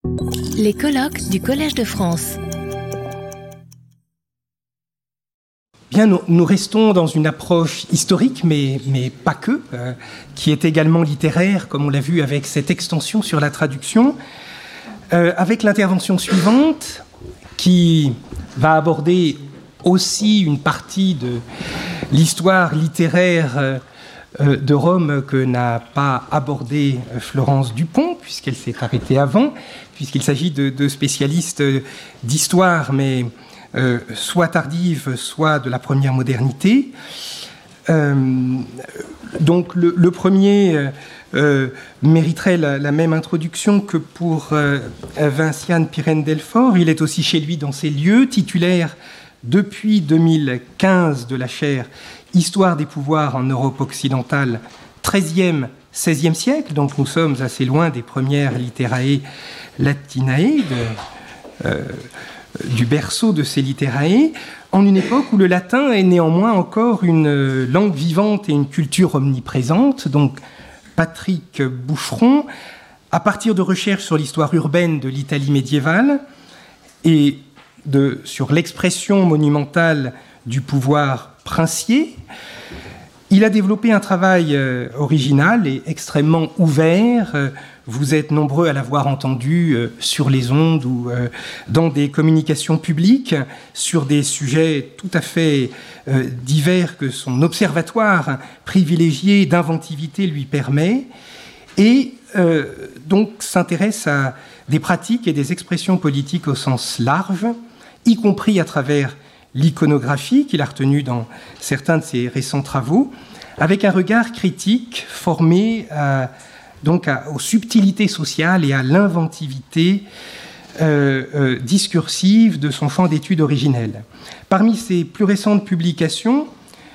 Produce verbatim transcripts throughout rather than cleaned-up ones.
Les colloques du Collège de France. Bien, nous, nous restons dans une approche historique, mais, mais pas que, euh, qui est également littéraire, comme on l'a vu avec cette extension sur la traduction, euh, avec l'intervention suivante, qui va aborder aussi une partie de l'histoire littéraire euh, de Rome que n'a pas abordé Florence Dupont, puisqu'elle s'est arrêtée avant, puisqu'il s'agit de, de spécialistes d'histoire, mais euh, soit tardive, soit de la première modernité. Euh, donc le, le premier euh, mériterait la, la même introduction que pour euh, Vinciane Pirenne-Delfort. Il est aussi chez lui dans ces lieux, titulaire depuis deux mille quinze de la chaire Histoire des pouvoirs en Europe occidentale, treizième, seizième siècle, donc nous sommes assez loin des premières Literae Latinae, de, euh, du berceau de ces Literae, en une époque où le latin est néanmoins encore une langue vivante et une culture omniprésente. Donc Patrick Boucheron, à partir de recherches sur l'histoire urbaine de l'Italie médiévale et de, sur l'expression monumentale du pouvoir princier, il a développé un travail euh, original et extrêmement ouvert. Euh, vous êtes nombreux à l'avoir entendu euh, sur les ondes ou euh, dans des communications publiques sur des sujets tout à fait euh, divers que son observatoire privilégié d'inventivité lui permet, et euh, donc s'intéresse à des pratiques et des expressions politiques au sens large, y compris à travers l'iconographie qu'il a retenue dans certains de ses récents travaux, avec un regard critique formé à, donc à, aux subtilités sociales et à l'inventivité euh, euh, discursive de son champ d'études originel. Parmi ses plus récentes publications,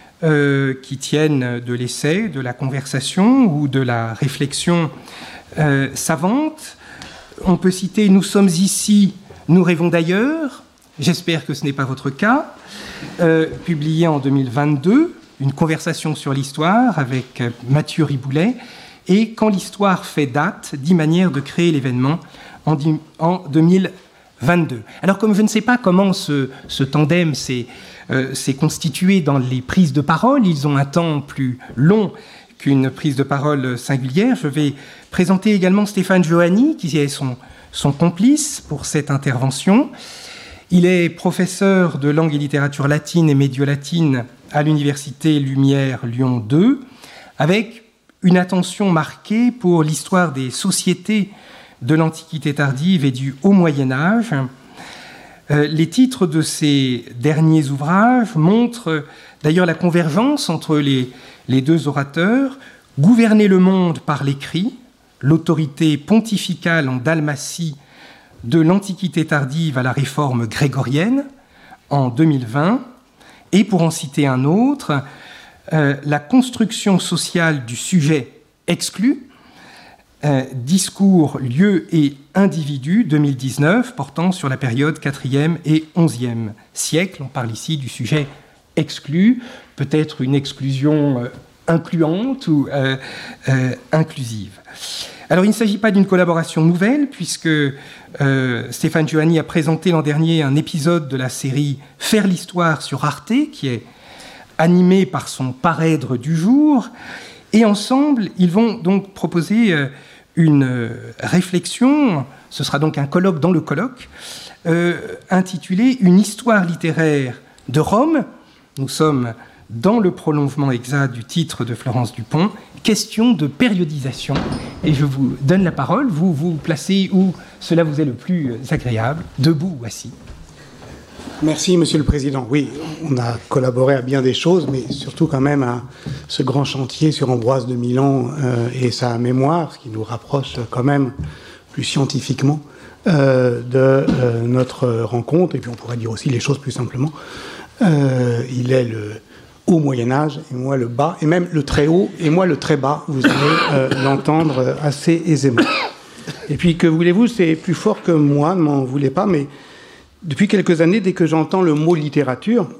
euh, qui tiennent de l'essai, de la conversation ou de la réflexion euh, savante, on peut citer « Nous sommes ici, nous rêvons d'ailleurs », j'espère que ce n'est pas votre cas, euh, publié en deux mille vingt-deux, une conversation sur l'histoire avec Mathieu Riboulet, et Quand l'histoire fait date, dix manières de créer l'événement en, en deux mille vingt-deux. Alors comme je ne sais pas comment ce, ce tandem s'est, euh, s'est constitué dans les prises de parole, ils ont un temps plus long qu'une prise de parole singulière, je vais présenter également Stéphane Johanny, qui est son, son complice pour cette intervention. Il est professeur de langue et littérature latine et médio-latine à l'Université Lumière Lyon deux, avec une attention marquée pour l'histoire des sociétés de l'Antiquité tardive et du Haut Moyen-Âge. Euh, les titres de ces derniers ouvrages montrent d'ailleurs la convergence entre les, les deux orateurs. Gouverner le monde par l'écrit, l'autorité pontificale en Dalmatie de l'Antiquité tardive à la réforme grégorienne en deux mille vingt, et pour en citer un autre, euh, la construction sociale du sujet exclu, euh, discours, lieu et individu deux mille dix-neuf, portant sur la période quatrième et onzième siècle. On parle ici du sujet exclu, peut-être une exclusion euh, incluante ou euh, euh, inclusive. Alors, il ne s'agit pas d'une collaboration nouvelle, puisque euh, Stéphane Johanny a présenté l'an dernier un épisode de la série Faire l'histoire sur Arte, qui est animé par son parèdre du jour. Et ensemble, ils vont donc proposer euh, une euh, réflexion, ce sera donc un colloque dans le colloque, euh, intitulé « Une histoire littéraire de Rome ». Nous sommes dans le prolongement exact du titre de Florence Dupont, question de périodisation. Et je vous donne la parole, vous vous placez où cela vous est le plus agréable, debout ou assis. Merci, Monsieur le Président. Oui, on a collaboré à bien des choses, mais surtout quand même à ce grand chantier sur Ambroise de Milan euh, et sa mémoire, qui nous rapproche quand même plus scientifiquement euh, de euh, notre rencontre. Et puis on pourrait dire aussi les choses plus simplement. Euh, il est le haut Moyen-Âge, et moi le bas, et même le très haut, et moi le très bas, vous allez euh, l'entendre assez aisément. Et puis, que voulez-vous, c'est plus fort que moi, ne m'en voulez pas, mais depuis quelques années, dès que j'entends le mot littérature,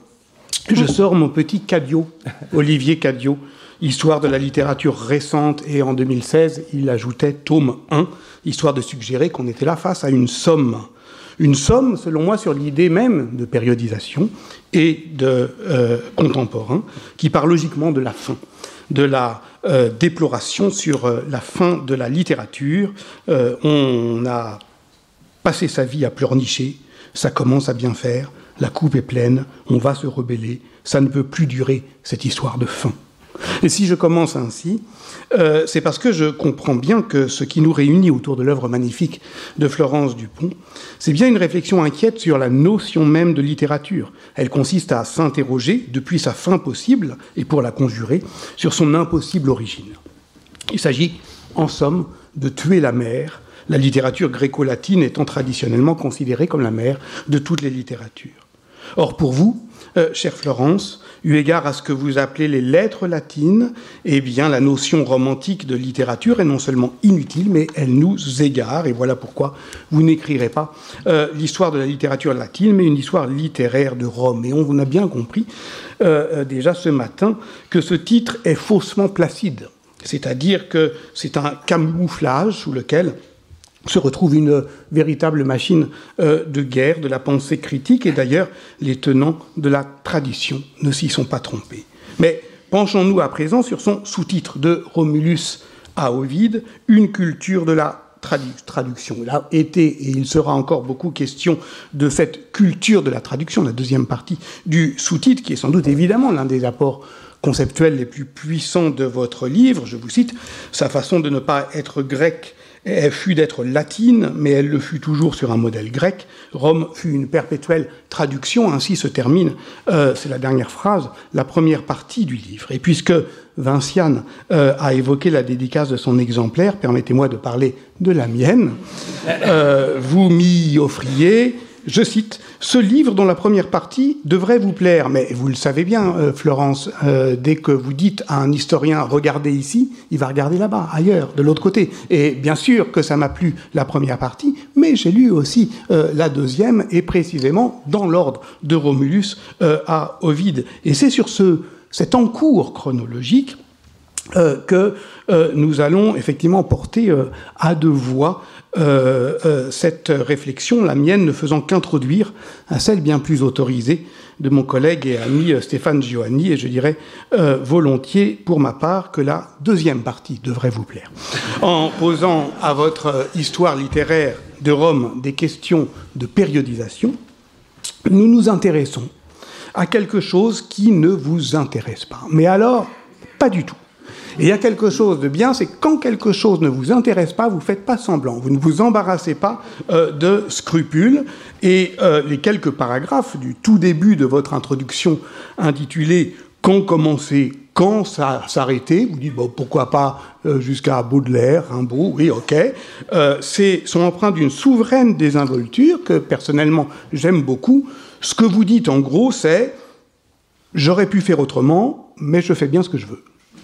je sors mon petit Cadio, Olivier Cadio, Histoire de la littérature récente, et en deux mille seize, il ajoutait tome un, histoire de suggérer qu'on était là face à une somme. Une somme, selon moi, sur l'idée même de périodisation et de euh, contemporain, qui part logiquement de la fin, de la euh, déploration sur euh, la fin de la littérature. Euh, on a passé sa vie à pleurnicher, ça commence à bien faire, la coupe est pleine, on va se rebeller, ça ne peut plus durer, cette histoire de fin. Et si je commence ainsi, euh, c'est parce que je comprends bien que ce qui nous réunit autour de l'œuvre magnifique de Florence Dupont, c'est bien une réflexion inquiète sur la notion même de littérature. Elle consiste à s'interroger, depuis sa fin possible, et pour la conjurer, sur son impossible origine. Il s'agit, en somme, de tuer la mère, la littérature gréco-latine étant traditionnellement considérée comme la mère de toutes les littératures. Or, pour vous, euh, chère Florence, eu égard à ce que vous appelez les lettres latines, eh bien, la notion romantique de littérature est non seulement inutile, mais elle nous égare, et voilà pourquoi vous n'écrirez pas euh, l'histoire de la littérature latine, mais une histoire littéraire de Rome. Et on a bien compris euh, déjà ce matin que ce titre est faussement placide, c'est-à-dire que c'est un camouflage sous lequel se retrouve une véritable machine euh, de guerre de la pensée critique, et d'ailleurs les tenants de la tradition ne s'y sont pas trompés. Mais penchons-nous à présent sur son sous-titre, de Romulus à Ovide, une culture de la tradu- traduction. Il a été, et il sera encore beaucoup question de cette culture de la traduction, la deuxième partie du sous-titre, qui est sans doute évidemment l'un des apports conceptuels les plus puissants de votre livre. Je vous cite, sa façon de ne pas être grec, elle fut d'être latine, mais elle le fut toujours sur un modèle grec. Rome fut une perpétuelle traduction, ainsi se termine, euh, c'est la dernière phrase, la première partie du livre. Et puisque Vinciane euh, a évoqué la dédicace de son exemplaire, permettez-moi de parler de la mienne, euh, vous m'y offriez, je cite, « Ce livre dont la première partie devrait vous plaire ». Mais vous le savez bien, euh, Florence, euh, dès que vous dites à un historien « regardez ici », il va regarder là-bas, ailleurs, de l'autre côté. Et bien sûr que ça m'a plu la première partie, mais j'ai lu aussi euh, la deuxième, et précisément dans l'ordre de Romulus euh, à Ovide. Et c'est sur ce, cet encours chronologique euh, que euh, nous allons effectivement porter euh, à deux voix Euh, euh, cette réflexion, la mienne ne faisant qu'introduire à celle bien plus autorisée de mon collègue et ami euh, Stéphane Giovanni, et je dirais euh, volontiers pour ma part que la deuxième partie devrait vous plaire. En posant à votre euh, histoire littéraire de Rome des questions de périodisation, nous nous intéressons à quelque chose qui ne vous intéresse pas. Mais alors, pas du tout. Et il y a quelque chose de bien, c'est que quand quelque chose ne vous intéresse pas, vous ne faites pas semblant, vous ne vous embarrassez pas euh, de scrupules, et euh, les quelques paragraphes du tout début de votre introduction intitulée « Quand commencer, quand s'arrêter ?» vous dites bon, « pourquoi pas euh, jusqu'à Baudelaire, Rimbaud, oui, ok euh, », sont empreints d'une souveraine désinvolture que, personnellement, j'aime beaucoup. Ce que vous dites, en gros, c'est « j'aurais pu faire autrement, mais je fais bien ce que je veux ».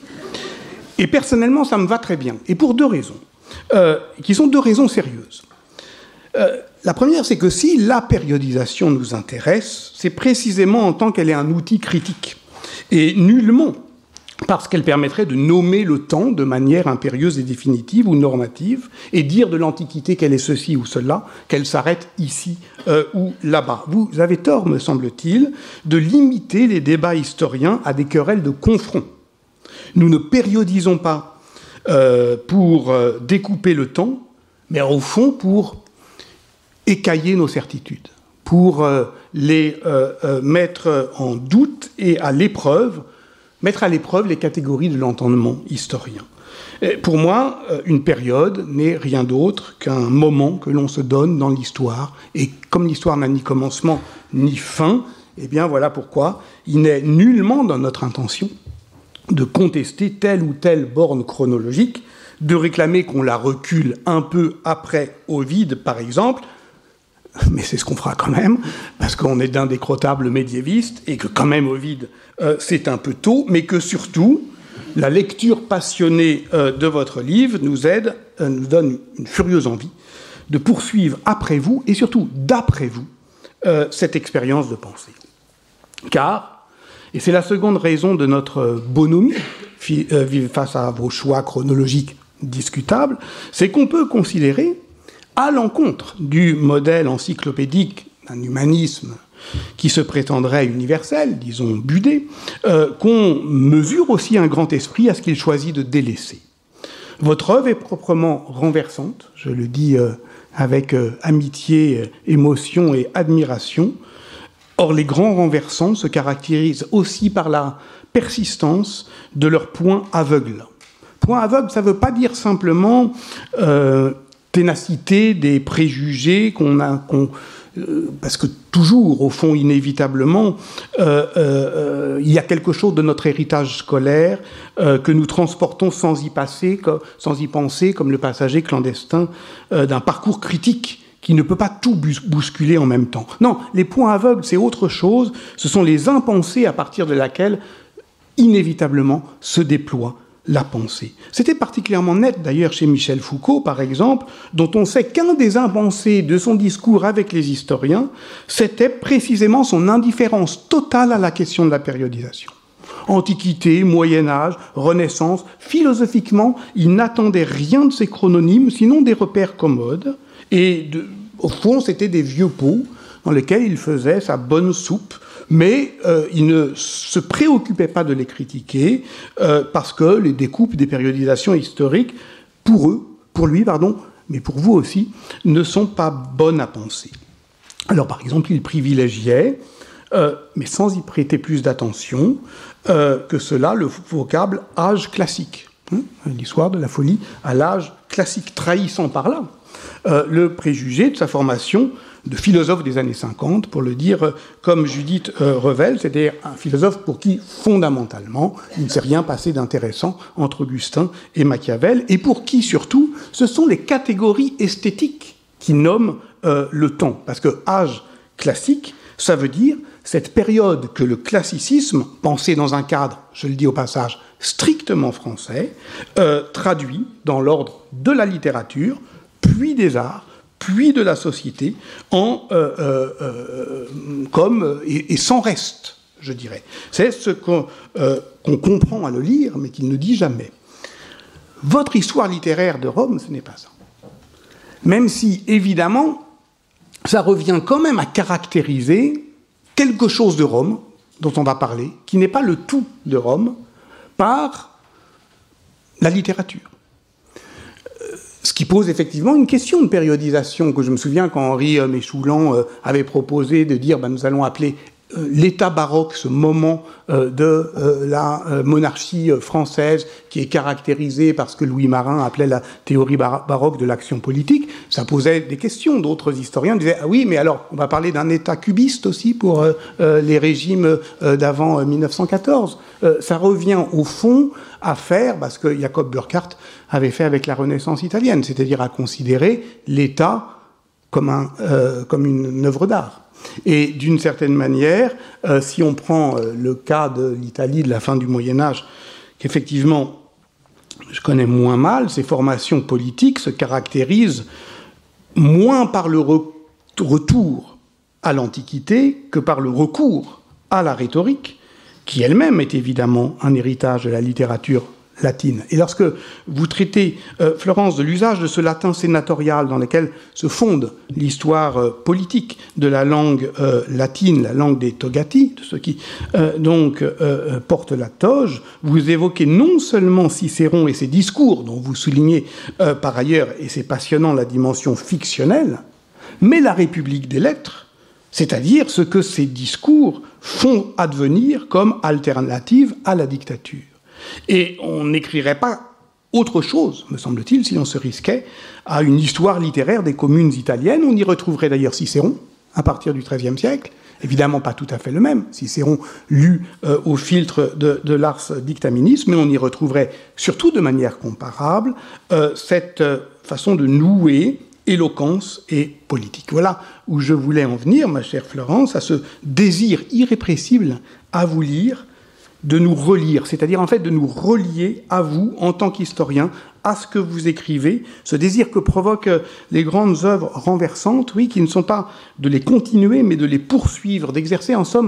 Et personnellement, ça me va très bien. Et pour deux raisons, euh, qui sont deux raisons sérieuses. Euh, la première, c'est que si la périodisation nous intéresse, c'est précisément en tant qu'elle est un outil critique. Et nullement parce qu'elle permettrait de nommer le temps de manière impérieuse et définitive ou normative, et dire de l'Antiquité qu'elle est ceci ou cela, qu'elle s'arrête ici euh, ou là-bas. Vous avez tort, me semble-t-il, de limiter les débats historiens à des querelles de confront. Nous ne périodisons pas euh, pour euh, découper le temps, mais au fond pour écailler nos certitudes, pour euh, les euh, euh, mettre en doute et à l'épreuve, mettre à l'épreuve les catégories de l'entendement historien. Et pour moi, euh, une période n'est rien d'autre qu'un moment que l'on se donne dans l'histoire, et comme l'histoire n'a ni commencement ni fin, eh bien voilà pourquoi il n'est nullement dans notre intention de contester telle ou telle borne chronologique, de réclamer qu'on la recule un peu après Ovide, par exemple, mais c'est ce qu'on fera quand même, parce qu'on est d'indécrottables médiévistes, et que quand même Ovide, euh, c'est un peu tôt, mais que surtout, la lecture passionnée euh, de votre livre nous aide, euh, nous donne une furieuse envie de poursuivre après vous, et surtout d'après vous, euh, cette expérience de pensée. Car Et c'est la seconde raison de notre bonhomie face à vos choix chronologiques discutables, c'est qu'on peut considérer, à l'encontre du modèle encyclopédique d'un humanisme qui se prétendrait universel, disons budé, euh, qu'on mesure aussi un grand esprit à ce qu'il choisit de délaisser. Votre œuvre est proprement renversante, je le dis euh, avec euh, amitié, euh, émotion et admiration. Or, les grands renversants se caractérisent aussi par la persistance de leur point aveugle. Point aveugle, ça ne veut pas dire simplement euh, ténacité des préjugés qu'on a... qu'on, euh, parce que toujours, au fond, inévitablement, euh, euh, il y a quelque chose de notre héritage scolaire euh, que nous transportons sans y passer, sans y penser, comme le passager clandestin euh, d'un parcours critique qui ne peut pas tout bousculer en même temps. Non, les points aveugles, c'est autre chose. Ce sont les impensés à partir de laquelle, inévitablement, se déploie la pensée. C'était particulièrement net, d'ailleurs, chez Michel Foucault, par exemple, dont on sait qu'un des impensés de son discours avec les historiens, c'était précisément son indifférence totale à la question de la périodisation. Antiquité, Moyen-Âge, Renaissance, philosophiquement, il n'attendait rien de ces chrononymes, sinon des repères commodes, et de, au fond, c'était des vieux pots dans lesquels il faisait sa bonne soupe, mais euh, il ne se préoccupait pas de les critiquer euh, parce que les découpes des périodisations historiques, pour eux, pour lui, pardon, mais pour vous aussi, ne sont pas bonnes à penser. Alors, par exemple, il privilégiait, euh, mais sans y prêter plus d'attention, euh, que cela, le vocable « âge classique hein, ». L'histoire de la folie à l'âge classique, trahissant par là euh, le préjugé de sa formation de philosophe des années cinquante, pour le dire comme Judith euh, Revel, c'est-à-dire un philosophe pour qui, fondamentalement, il ne s'est rien passé d'intéressant entre Augustin et Machiavel, et pour qui, surtout, ce sont les catégories esthétiques qui nomment euh, le temps. Parce que âge classique, ça veut dire cette période que le classicisme, pensé dans un cadre, je le dis au passage, strictement français, euh, traduit dans l'ordre de la littérature, puis des arts, puis de la société, en, euh, euh, euh, comme, et, et sans reste, je dirais. C'est ce qu'on euh, qu'on comprend à le lire, mais qu'il ne dit jamais. Votre histoire littéraire de Rome, ce n'est pas ça. Même si, évidemment, ça revient quand même à caractériser quelque chose de Rome, dont on va parler, qui n'est pas le tout de Rome, par la littérature. Ce qui pose effectivement une question de périodisation, que je me souviens quand Henri Méchoulan avait proposé de dire ben, nous allons appeler l'état baroque, ce moment euh, de euh, la euh, monarchie française qui est caractérisé par ce que Louis Marin appelait la théorie bar- baroque de l'action politique, ça posait des questions. D'autres historiens disaient « Ah oui, mais alors, on va parler d'un état cubiste aussi pour euh, euh, les régimes euh, d'avant euh, mille neuf cent quatorze euh, ». Ça revient au fond à faire, parce que Jacob Burckhardt avait fait avec la Renaissance italienne, c'est-à-dire à considérer l'État comme, un, euh, comme une œuvre d'art. Et d'une certaine manière, euh, si on prend euh, le cas de l'Italie de la fin du Moyen-Âge, qu'effectivement, je connais moins mal, ces formations politiques se caractérisent moins par le re- retour à l'Antiquité que par le recours à la rhétorique, qui elle-même est évidemment un héritage de la littérature latine. Et lorsque vous traitez, euh, Florence, de l'usage de ce latin sénatorial dans lequel se fonde l'histoire euh, politique de la langue euh, latine, la langue des togati, de ceux qui euh, donc euh, portent la toge, vous évoquez non seulement Cicéron et ses discours, dont vous soulignez euh, par ailleurs, et c'est passionnant, la dimension fictionnelle, mais la République des lettres, c'est-à-dire ce que ces discours font advenir comme alternative à la dictature. Et on n'écrirait pas autre chose, me semble-t-il, si on se risquait à une histoire littéraire des communes italiennes. On y retrouverait d'ailleurs Cicéron, à partir du treizième siècle, évidemment pas tout à fait le même, Cicéron lu euh, au filtre de, de l'Ars Dictaminis, mais on y retrouverait surtout de manière comparable euh, cette euh, façon de nouer éloquence et politique. Voilà où je voulais en venir, ma chère Florence, à ce désir irrépressible à vous lire, de nous relire, c'est-à-dire en fait de nous relier à vous en tant qu'historien, à ce que vous écrivez, ce désir que provoquent les grandes œuvres renversantes, oui, qui ne sont pas de les continuer, mais de les poursuivre, d'exercer en somme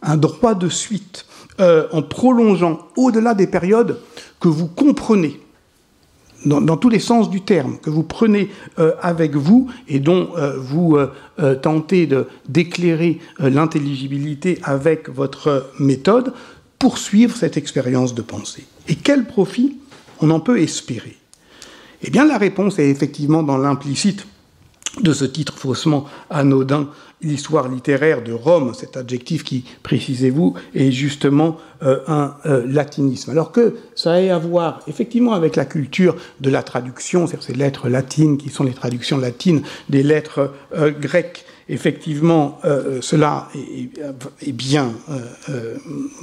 un droit de suite, euh, en prolongeant au-delà des périodes que vous comprenez, Dans, dans tous les sens du terme, que vous prenez euh, avec vous et dont euh, vous euh, euh, tentez de, d'éclairer euh, l'intelligibilité avec votre méthode, poursuivre cette expérience de pensée. Et quel profit on en peut espérer? Eh bien, la réponse est effectivement dans l'implicite de ce titre faussement anodin, l'histoire littéraire de Rome, cet adjectif qui, précisez-vous, est justement euh, un euh, latinisme. Alors que ça ait à voir effectivement avec la culture de la traduction, c'est-à-dire ces lettres latines qui sont les traductions latines des lettres euh, grecques, effectivement, euh, cela est, est, bien, euh, euh,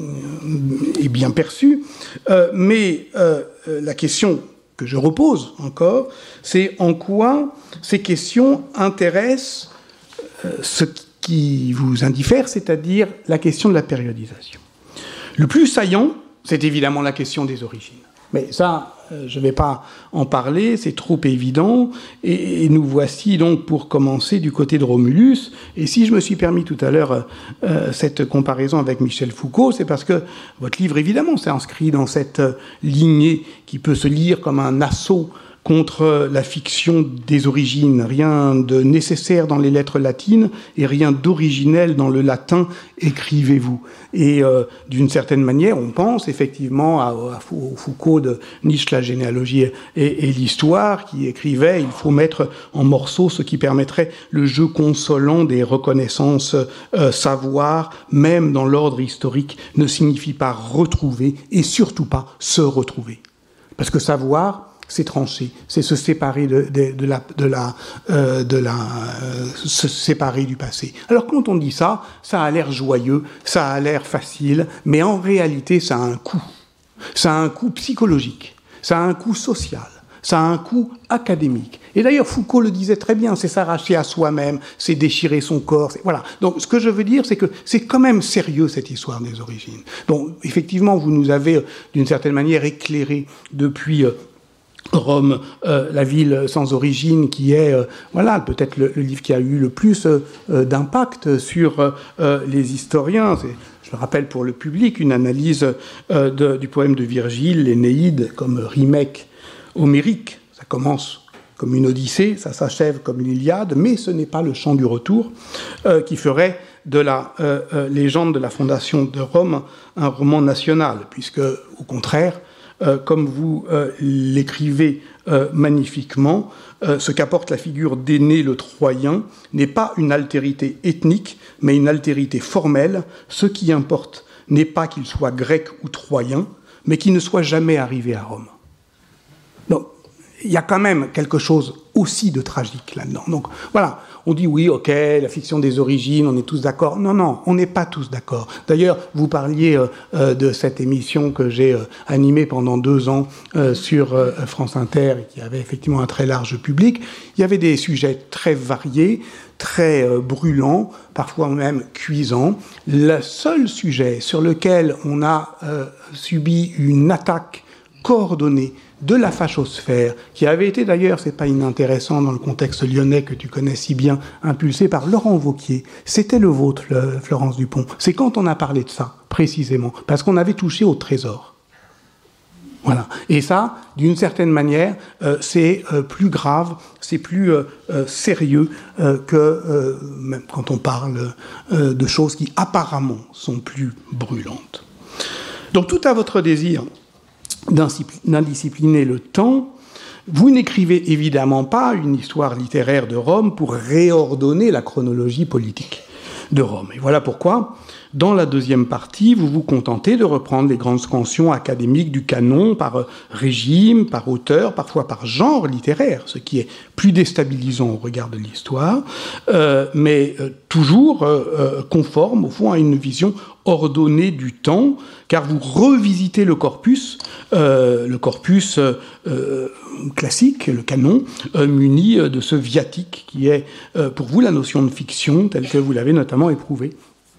est bien perçu, euh, mais euh, la question que je repose encore, c'est en quoi ces questions intéressent euh, ce qui vous indiffère, c'est-à-dire la question de la périodisation. Le plus saillant, c'est évidemment la question des origines. Mais ça, euh, je ne vais pas en parler, c'est trop évident. Et, et nous voici donc pour commencer du côté de Romulus. Et si je me suis permis tout à l'heure euh, cette comparaison avec Michel Foucault, c'est parce que votre livre, évidemment, s'inscrit dans cette lignée qui peut se lire comme un assaut contre la fiction des origines. Rien de nécessaire dans les lettres latines et rien d'originel dans le latin, écrivez-vous. Et euh, d'une certaine manière, on pense effectivement à, à Foucault de Nietzsche, la généalogie et, et l'histoire, qui écrivait « Il faut mettre en morceaux ce qui permettrait le jeu consolant des reconnaissances euh, savoir, même dans l'ordre historique, ne signifie pas retrouver et surtout pas se retrouver. » Parce que savoir, c'est trancher, c'est se séparer de, de, de la, de la, euh, de la, euh, se séparer du passé. Alors quand on dit ça, ça a l'air joyeux, ça a l'air facile, mais en réalité, ça a un coût. Ça a un coût psychologique, ça a un coût social, ça a un coût académique. Et d'ailleurs, Foucault le disait très bien, c'est s'arracher à soi-même, c'est déchirer son corps, c'est, voilà. Donc ce que je veux dire, c'est que c'est quand même sérieux cette histoire des origines. Bon, effectivement, vous nous avez d'une certaine manière éclairé depuis euh, Rome, euh, la ville sans origine, qui est, euh, voilà, peut-être le, le livre qui a eu le plus euh, d'impact sur euh, les historiens. C'est, je me rappelle pour le public une analyse euh, de, du poème de Virgile, l'Énéide, comme remake homérique. Ça commence comme une Odyssée, ça s'achève comme l'Iliade, mais ce n'est pas le chant du retour euh, qui ferait de la euh, euh, légende de la fondation de Rome un roman national, puisque, au contraire, Euh, comme vous euh, l'écrivez euh, magnifiquement, euh, ce qu'apporte la figure d'Énée le Troyen n'est pas une altérité ethnique, mais une altérité formelle. Ce qui importe n'est pas qu'il soit grec ou troyen, mais qu'il ne soit jamais arrivé à Rome. Donc, il y a quand même quelque chose aussi de tragique là-dedans. Donc, voilà. On dit oui, ok, la fiction des origines, on est tous d'accord. Non, non, on n'est pas tous d'accord. D'ailleurs, vous parliez euh, de cette émission que j'ai euh, animée pendant deux ans euh, sur euh, France Inter, et qui avait effectivement un très large public. Il y avait des sujets très variés, très euh, brûlants, parfois même cuisants. Le seul sujet sur lequel on a euh, subi une attaque coordonnée de la fachosphère, qui avait été d'ailleurs, c'est pas inintéressant dans le contexte lyonnais que tu connais si bien, impulsé par Laurent Wauquiez. C'était le vôtre, le, Florence Dupont. C'est quand on a parlé de ça, précisément, parce qu'on avait touché au trésor. Voilà. Et ça, d'une certaine manière, euh, c'est euh, plus grave, c'est plus euh, euh, sérieux euh, que euh, même quand on parle euh, de choses qui apparemment sont plus brûlantes. Donc tout à votre désir d'indiscipliner le temps, vous n'écrivez évidemment pas une histoire littéraire de Rome pour réordonner la chronologie politique de Rome. Et voilà pourquoi, dans la deuxième partie, vous vous contentez de reprendre les grandes scansions académiques du canon par régime, par auteur, parfois par genre littéraire, ce qui est plus déstabilisant au regard de l'histoire, euh, mais euh, toujours euh, conforme, au fond, à une vision ordonnée du temps, car vous revisitez le corpus, euh, le corpus euh, classique, le canon, euh, muni de ce viatique qui est, euh, pour vous, la notion de fiction, telle que vous l'avez notamment éprouvée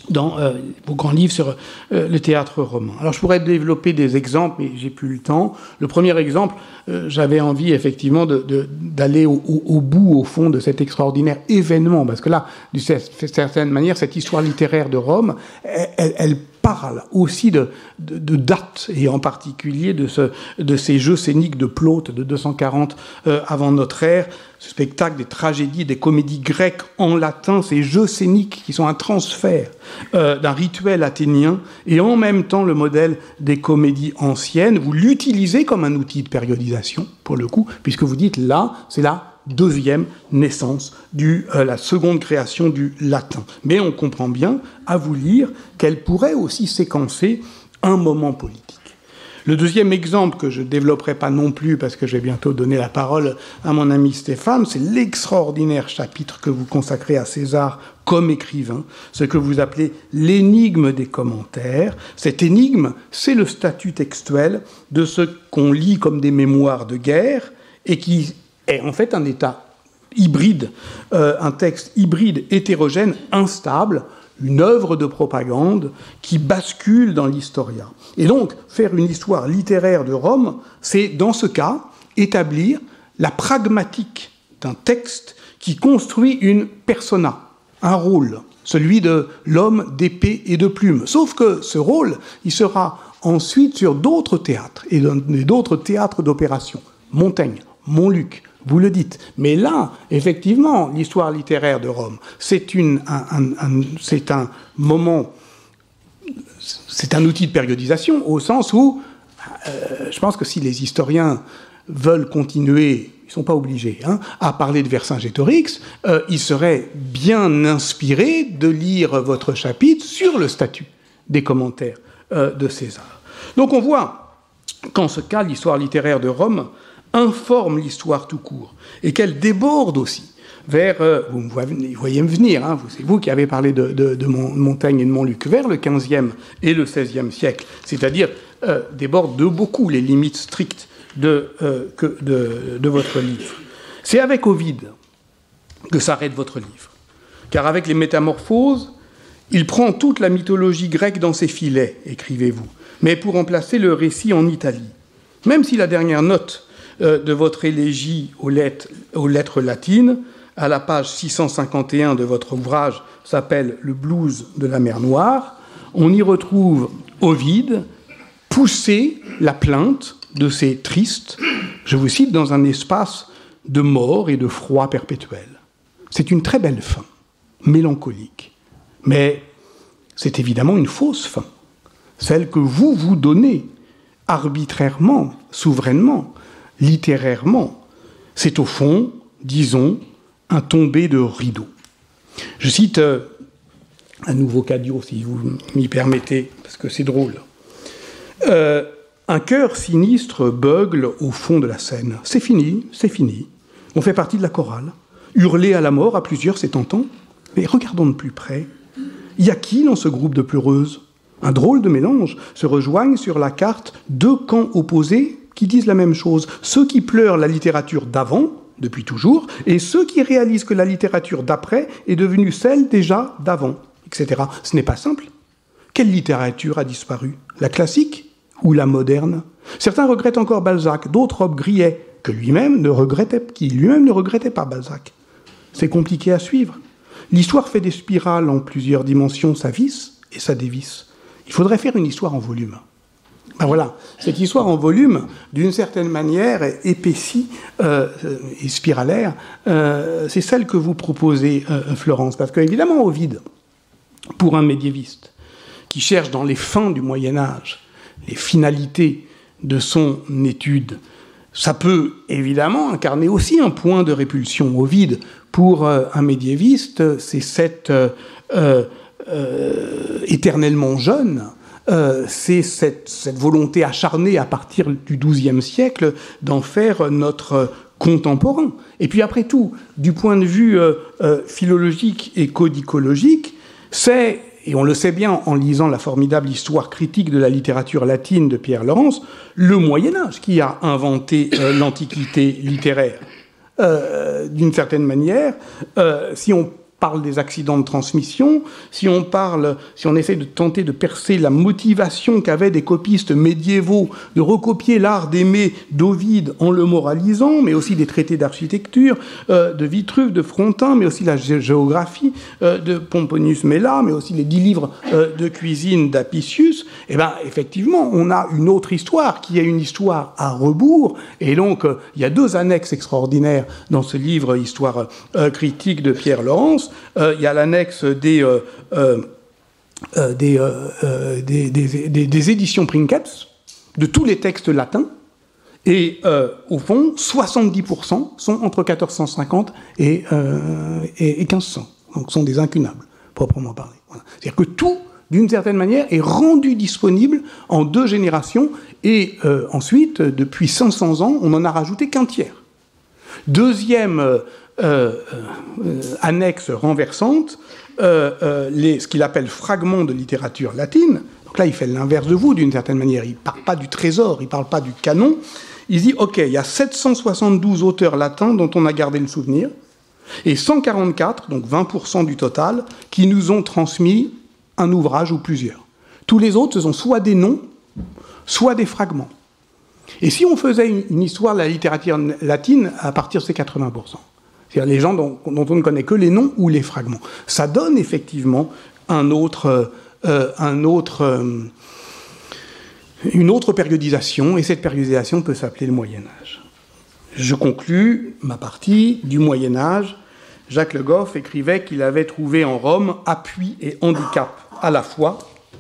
dans euh, vos grands livres sur euh, le théâtre roman. Alors je pourrais développer des exemples, mais j'ai plus le temps. Le premier exemple, euh, j'avais envie effectivement de, de, d'aller au, au, au bout, au fond de cet extraordinaire événement, parce que là, d'une certaine manière, cette histoire littéraire de Rome, elle, elle parle aussi de, de, de dates, et en particulier de, ce, de ces jeux scéniques de Plaute de deux cent quarante euh, avant notre ère, ce spectacle des tragédies, des comédies grecques en latin, ces jeux scéniques qui sont un transfert euh, d'un rituel athénien, et en même temps le modèle des comédies anciennes. Vous l'utilisez comme un outil de périodisation, pour le coup, puisque vous dites là, c'est la deuxième naissance, du, euh, la seconde création du latin. Mais on comprend bien, à vous lire, qu'elle pourrait aussi séquencer un moment politique. Le deuxième exemple, que je ne développerai pas non plus, parce que je vais bientôt donner la parole à mon ami Stéphane, c'est l'extraordinaire chapitre que vous consacrez à César comme écrivain, ce que vous appelez l'énigme des commentaires. Cette énigme, c'est le statut textuel de ce qu'on lit comme des mémoires de guerre, et qui est en fait un état hybride, euh, un texte hybride, hétérogène, instable, une œuvre de propagande qui bascule dans l'historia. Et donc, faire une histoire littéraire de Rome, c'est, dans ce cas, établir la pragmatique d'un texte qui construit une persona, un rôle, celui de l'homme d'épée et de plume. Sauf que ce rôle, il sera ensuite sur d'autres théâtres, et d'autres théâtres d'opération. Montaigne, Montluc, vous le dites. Mais là, effectivement, l'histoire littéraire de Rome, c'est, une, un, un, un, c'est un moment, c'est un outil de périodisation, au sens où, euh, je pense que si les historiens veulent continuer, ils ne sont pas obligés, hein, à parler de Vercingétorix, euh, ils seraient bien inspirés de lire votre chapitre sur le statut des commentaires euh, de César. Donc on voit qu'en ce cas, l'histoire littéraire de Rome informe l'histoire tout court, et qu'elle déborde aussi vers, euh, vous, me voyez, vous voyez me venir, hein, c'est vous qui avez parlé de, de, de Montaigne et de Montluc, vers le quinzième et le seizième siècle, c'est-à-dire euh, déborde de beaucoup les limites strictes de, euh, que de, de votre livre. C'est avec Ovide que s'arrête votre livre, car avec les Métamorphoses, il prend toute la mythologie grecque dans ses filets, écrivez-vous, mais pour en placer le récit en Italie. Même si la dernière note de votre élégie aux lettres, aux lettres latines, à la page six cent cinquante et un de votre ouvrage, s'appelle « Le blues de la mer Noire », on y retrouve Ovide pousser la plainte de ces tristes, je vous cite, dans un espace de mort et de froid perpétuel. C'est une très belle fin, mélancolique, mais c'est évidemment une fausse fin, celle que vous vous donnez arbitrairement, souverainement, littérairement. C'est au fond, disons, un tombé de rideau. Je cite euh, un nouveau cadio, si vous m'y permettez, parce que c'est drôle. Euh, un cœur sinistre beugle au fond de la Seine. C'est fini, c'est fini. On fait partie de la chorale. Hurler à la mort à plusieurs, c'est tentant. Mais regardons de plus près. Il y a qui dans ce groupe de pleureuses ? Un drôle de mélange. Se rejoignent sur la carte deux camps opposés qui disent la même chose. Ceux qui pleurent la littérature d'avant, depuis toujours, et ceux qui réalisent que la littérature d'après est devenue celle déjà d'avant, et cetera. Ce n'est pas simple. Quelle littérature a disparu ? La classique ou la moderne ? Certains regrettent encore Balzac, d'autres grillaient, que lui-même ne regrettait, qui lui-même ne regrettait pas Balzac. C'est compliqué à suivre. L'histoire fait des spirales en plusieurs dimensions, ça visse et ça dévisse. Il faudrait faire une histoire en volume. Ben voilà, cette histoire en volume, d'une certaine manière, épaissie euh, et spiralaire, euh, c'est celle que vous proposez, euh, Florence. Parce qu'évidemment, Ovide, pour un médiéviste, qui cherche dans les fins du Moyen-Âge, les finalités de son étude, ça peut évidemment incarner aussi un point de répulsion. Ovide, pour euh, un médiéviste, c'est cette euh, euh, euh, éternellement jeune, Euh, c'est cette, cette volonté acharnée à partir du douzième siècle d'en faire notre contemporain. Et puis après tout, du point de vue euh, euh, philologique et codicologique, c'est, et on le sait bien en lisant la formidable histoire critique de la littérature latine de Pierre Laurence, le Moyen-Âge qui a inventé euh, l'Antiquité littéraire. Euh, d'une certaine manière, euh, si on parle des accidents de transmission, si on parle, si on essaie de tenter de percer la motivation qu'avaient des copistes médiévaux de recopier l'art d'aimer d'Ovide en le moralisant, mais aussi des traités d'architecture euh, de Vitruve, de Frontin, mais aussi la géographie euh, de Pomponius Mela, mais aussi les dix livres euh, de cuisine d'Apicius, eh bien, effectivement, on a une autre histoire qui est une histoire à rebours, et donc euh, il y a deux annexes extraordinaires dans ce livre Histoire euh, critique de Pierre Laurence. Euh, il y a l'annexe des, euh, euh, euh, des, euh, euh, des, des, des, des éditions Princeps, de tous les textes latins, et euh, au fond, soixante-dix pour cent sont entre quatorze cent cinquante et, euh, et, et quinze cents, donc sont des incunables, proprement parlé. Voilà. C'est-à-dire que tout, d'une certaine manière, est rendu disponible en deux générations, et euh, ensuite, depuis cinq cents ans, on n'en a rajouté qu'un tiers. Deuxième euh, Euh, euh, annexe renversante, euh, euh, les, ce qu'il appelle fragments de littérature latine. Donc là, il fait l'inverse de vous, d'une certaine manière. Il ne parle pas du trésor, il ne parle pas du canon. Il dit, OK, il y a sept cent soixante-douze auteurs latins dont on a gardé le souvenir, et cent quarante-quatre, donc vingt pour cent du total, qui nous ont transmis un ouvrage ou plusieurs. Tous les autres, ce sont soit des noms, soit des fragments. Et si on faisait une, une histoire de la littérature latine à partir de ces quatre-vingts pour cent, c'est-à-dire les gens dont, dont on ne connaît que les noms ou les fragments. Ça donne effectivement un autre, euh, un autre, euh, une autre périodisation, et cette périodisation peut s'appeler le Moyen-Âge. Je conclus ma partie du Moyen-Âge. Jacques Le Goff écrivait qu'il avait trouvé en Rome appui et handicap à la fois,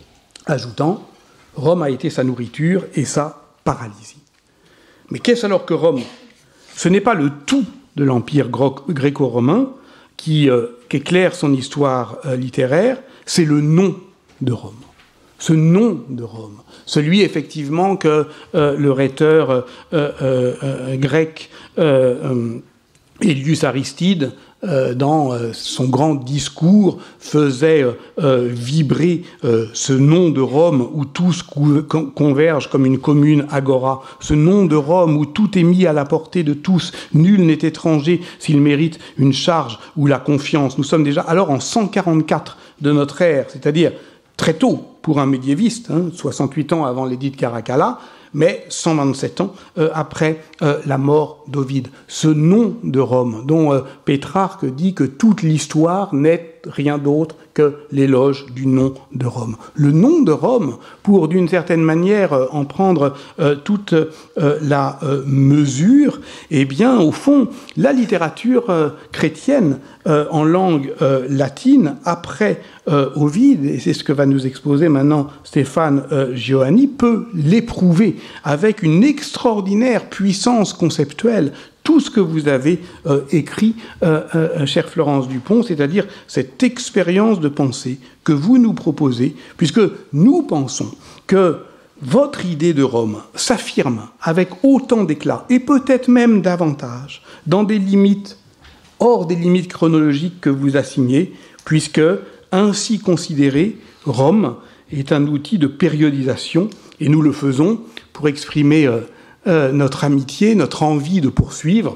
ajoutant « Rome a été sa nourriture et sa paralysie ». Mais qu'est-ce alors que Rome ? Ce n'est pas le tout de l'Empire gréco-romain qui euh, éclaire son histoire euh, littéraire, c'est le nom de Rome. Ce nom de Rome, celui effectivement que euh, le rhéteur euh, euh, euh, grec euh, euh, Elius Aristide, euh, dans euh, son grand discours, faisait euh, euh, vibrer euh, ce nom de Rome où tous convergent comme une commune agora, ce nom de Rome où tout est mis à la portée de tous, nul n'est étranger s'il mérite une charge ou la confiance. Nous sommes déjà alors en cent quarante-quatre de notre ère, c'est-à-dire très tôt pour un médiéviste, hein, soixante-huit ans avant l'édit de Caracalla, mais cent vingt-sept ans euh, après euh, la mort d'Ovide. Ce nom de Rome, dont euh, Pétrarque dit que toute l'histoire n'est rien d'autre que l'éloge du nom de Rome. Le nom de Rome, pour d'une certaine manière euh, en prendre euh, toute euh, la euh, mesure, eh bien, au fond, la littérature euh, chrétienne euh, en langue euh, latine, après euh, Ovide, et c'est ce que va nous exposer maintenant Stéphane euh, Gioanni, peut l'éprouver avec une extraordinaire puissance conceptuelle, tout ce que vous avez euh, écrit, euh, euh, chère Florence Dupont, c'est-à-dire cette expérience de pensée que vous nous proposez, puisque nous pensons que votre idée de Rome s'affirme avec autant d'éclat, et peut-être même davantage, dans des limites, hors des limites chronologiques que vous assignez, puisque, ainsi considéré, Rome est un outil de périodisation, et nous le faisons pour exprimer euh, euh, notre amitié, notre envie de poursuivre,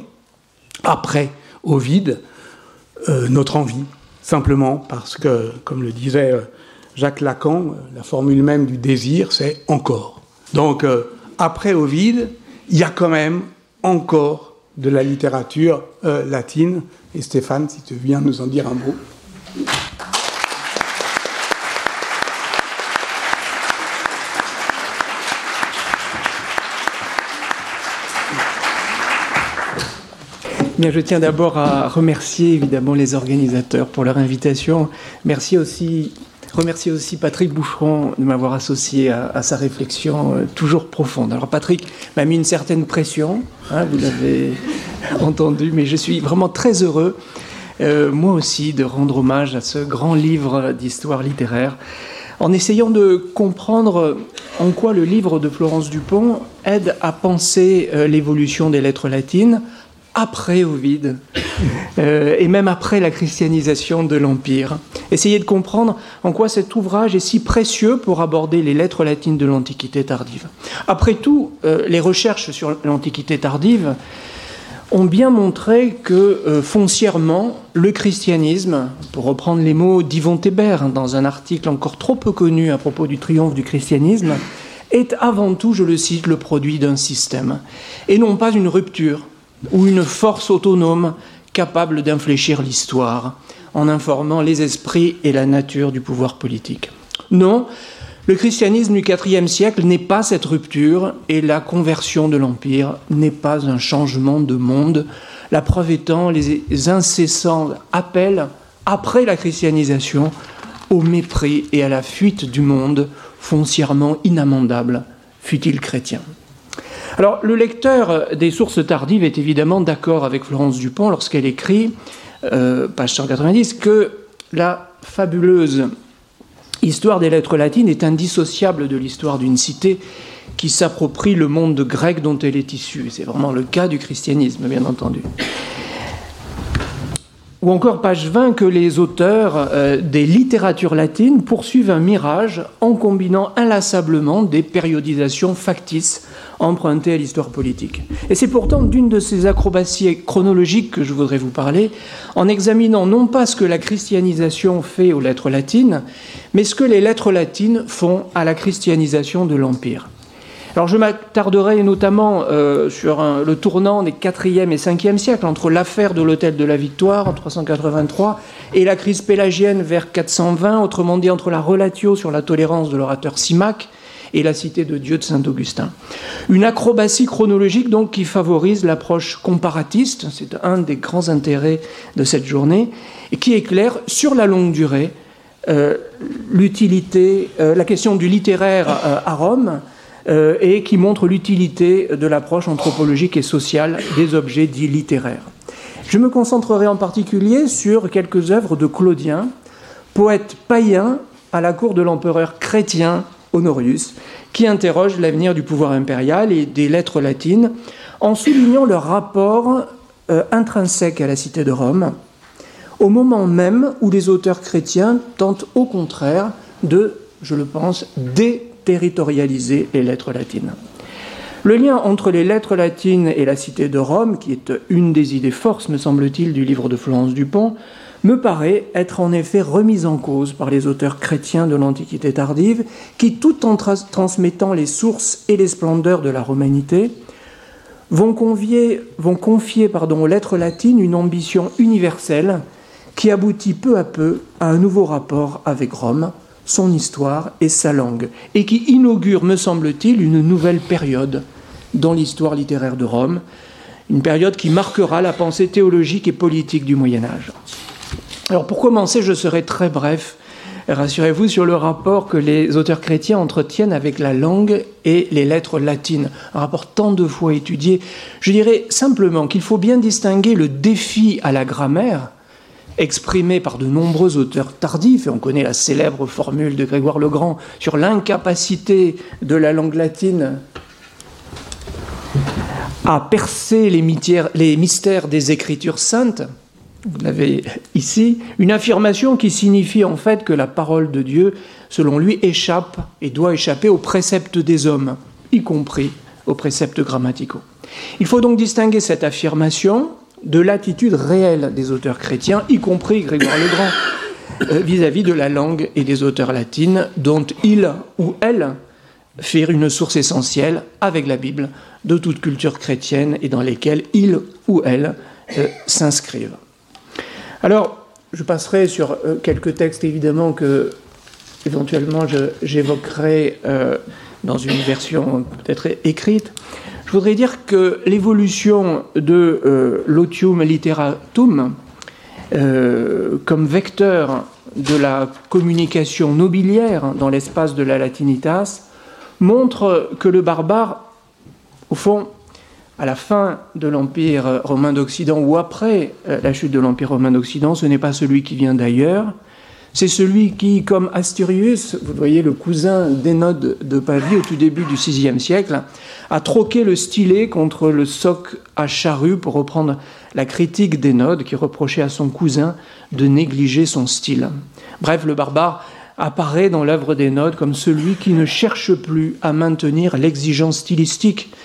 après Ovide, euh, notre envie, simplement parce que, comme le disait euh, Jacques Lacan, la formule même du désir, c'est « encore ». Donc, euh, après Ovide, il y a quand même encore de la littérature euh, latine. Et Stéphane, si tu viens nous en dire un mot. Bien, je tiens d'abord à remercier évidemment les organisateurs pour leur invitation. Merci aussi, remercier aussi Patrick Boucheron de m'avoir associé à, à sa réflexion euh, toujours profonde. Alors Patrick m'a mis une certaine pression, hein, vous l'avez entendu, mais je suis vraiment très heureux, euh, moi aussi, de rendre hommage à ce grand livre d'histoire littéraire, en essayant de comprendre en quoi le livre de Florence Dupont aide à penser euh, l'évolution des lettres latines après Ovide, euh, et même après la christianisation de l'Empire. Essayez de comprendre en quoi cet ouvrage est si précieux pour aborder les lettres latines de l'Antiquité tardive. Après tout, euh, les recherches sur l'Antiquité tardive ont bien montré que euh, foncièrement, le christianisme, pour reprendre les mots d'Yvon Tébert dans un article encore trop peu connu à propos du triomphe du christianisme, est avant tout, je le cite, le produit d'un système, et non pas une rupture ou une force autonome capable d'infléchir l'histoire en informant les esprits et la nature du pouvoir politique. Non, le christianisme du quatrième siècle n'est pas cette rupture et la conversion de l'Empire n'est pas un changement de monde. La preuve étant les incessants appels, après la christianisation, au mépris et à la fuite du monde foncièrement inamendable, fût-il chrétien. Alors, le lecteur des sources tardives est évidemment d'accord avec Florence Dupont lorsqu'elle écrit, euh, page cent quatre-vingt-dix, que la fabuleuse histoire des lettres latines est indissociable de l'histoire d'une cité qui s'approprie le monde grec dont elle est issue. C'est vraiment le cas du christianisme, bien entendu. Ou encore, page vingt, que les auteurs euh, des littératures latines poursuivent un mirage en combinant inlassablement des périodisations factices empruntées à l'histoire politique. Et c'est pourtant d'une de ces acrobaties chronologiques que je voudrais vous parler, en examinant non pas ce que la christianisation fait aux lettres latines, mais ce que les lettres latines font à la christianisation de l'Empire. Alors je m'attarderai notamment euh, sur un, le tournant des quatrième et cinquième siècles, entre l'affaire de l'Hôtel de la Victoire en trois cent quatre-vingt-trois et la crise pélagienne vers quatre cent vingt, autrement dit entre la relatio sur la tolérance de l'orateur Symaque et la cité de Dieu de Saint-Augustin. Une acrobatie chronologique donc qui favorise l'approche comparatiste, c'est un des grands intérêts de cette journée, et qui éclaire sur la longue durée euh, l'utilité, euh, la question du littéraire euh, à Rome, Euh, et qui montre l'utilité de l'approche anthropologique et sociale des objets dits littéraires. Je me concentrerai en particulier sur quelques œuvres de Claudien, poète païen à la cour de l'empereur chrétien Honorius, qui interroge l'avenir du pouvoir impérial et des lettres latines, en soulignant leur rapport euh, intrinsèque à la cité de Rome, au moment même où les auteurs chrétiens tentent au contraire de, je le pense, dé territorialiser les lettres latines. Le lien entre les lettres latines et la cité de Rome, qui est une des idées forces, me semble-t-il, du livre de Florence Dupont, me paraît être en effet remise en cause par les auteurs chrétiens de l'Antiquité tardive, qui, tout en tra- transmettant les sources et les splendeurs de la romanité, vont, convier, vont confier pardon, aux lettres latines une ambition universelle qui aboutit peu à peu à un nouveau rapport avec Rome, son histoire et sa langue, et qui inaugure, me semble-t-il, une nouvelle période dans l'histoire littéraire de Rome, une période qui marquera la pensée théologique et politique du Moyen-Âge. Alors pour commencer, je serai très bref, rassurez-vous, sur le rapport que les auteurs chrétiens entretiennent avec la langue et les lettres latines, un rapport tant de fois étudié. Je dirais simplement qu'il faut bien distinguer le défi à la grammaire, exprimé par de nombreux auteurs tardifs, et on connaît la célèbre formule de Grégoire le Grand sur l'incapacité de la langue latine à percer les mystères, les mystères des Écritures saintes. Vous l'avez ici, une affirmation qui signifie en fait que la parole de Dieu, selon lui, échappe et doit échapper aux préceptes des hommes, y compris aux préceptes grammaticaux. Il faut donc distinguer cette affirmation de l'attitude réelle des auteurs chrétiens, y compris Grégoire le Grand, euh, vis-à-vis de la langue et des auteurs latines, dont ils ou elles firent une source essentielle, avec la Bible, de toute culture chrétienne et dans lesquelles ils ou elles euh, s'inscrivent. Alors, je passerai sur euh, quelques textes, évidemment, que, éventuellement, je, j'évoquerai euh, dans une version peut-être écrite. Je voudrais dire que l'évolution de euh, l'otium literatum euh, comme vecteur de la communication nobiliaire dans l'espace de la latinitas montre que le barbare, au fond, à la fin de l'Empire romain d'Occident ou après euh, la chute de l'Empire romain d'Occident, ce n'est pas celui qui vient d'ailleurs, c'est celui qui, comme Asturius, vous voyez le cousin d'Hénode de Pavie au tout début du sixième siècle, a troqué le stylet contre le soc à charrue, pour reprendre la critique d'Hénode qui reprochait à son cousin de négliger son style. Bref, le barbare apparaît dans l'œuvre d'Hénode comme celui qui ne cherche plus à maintenir l'exigence stylistique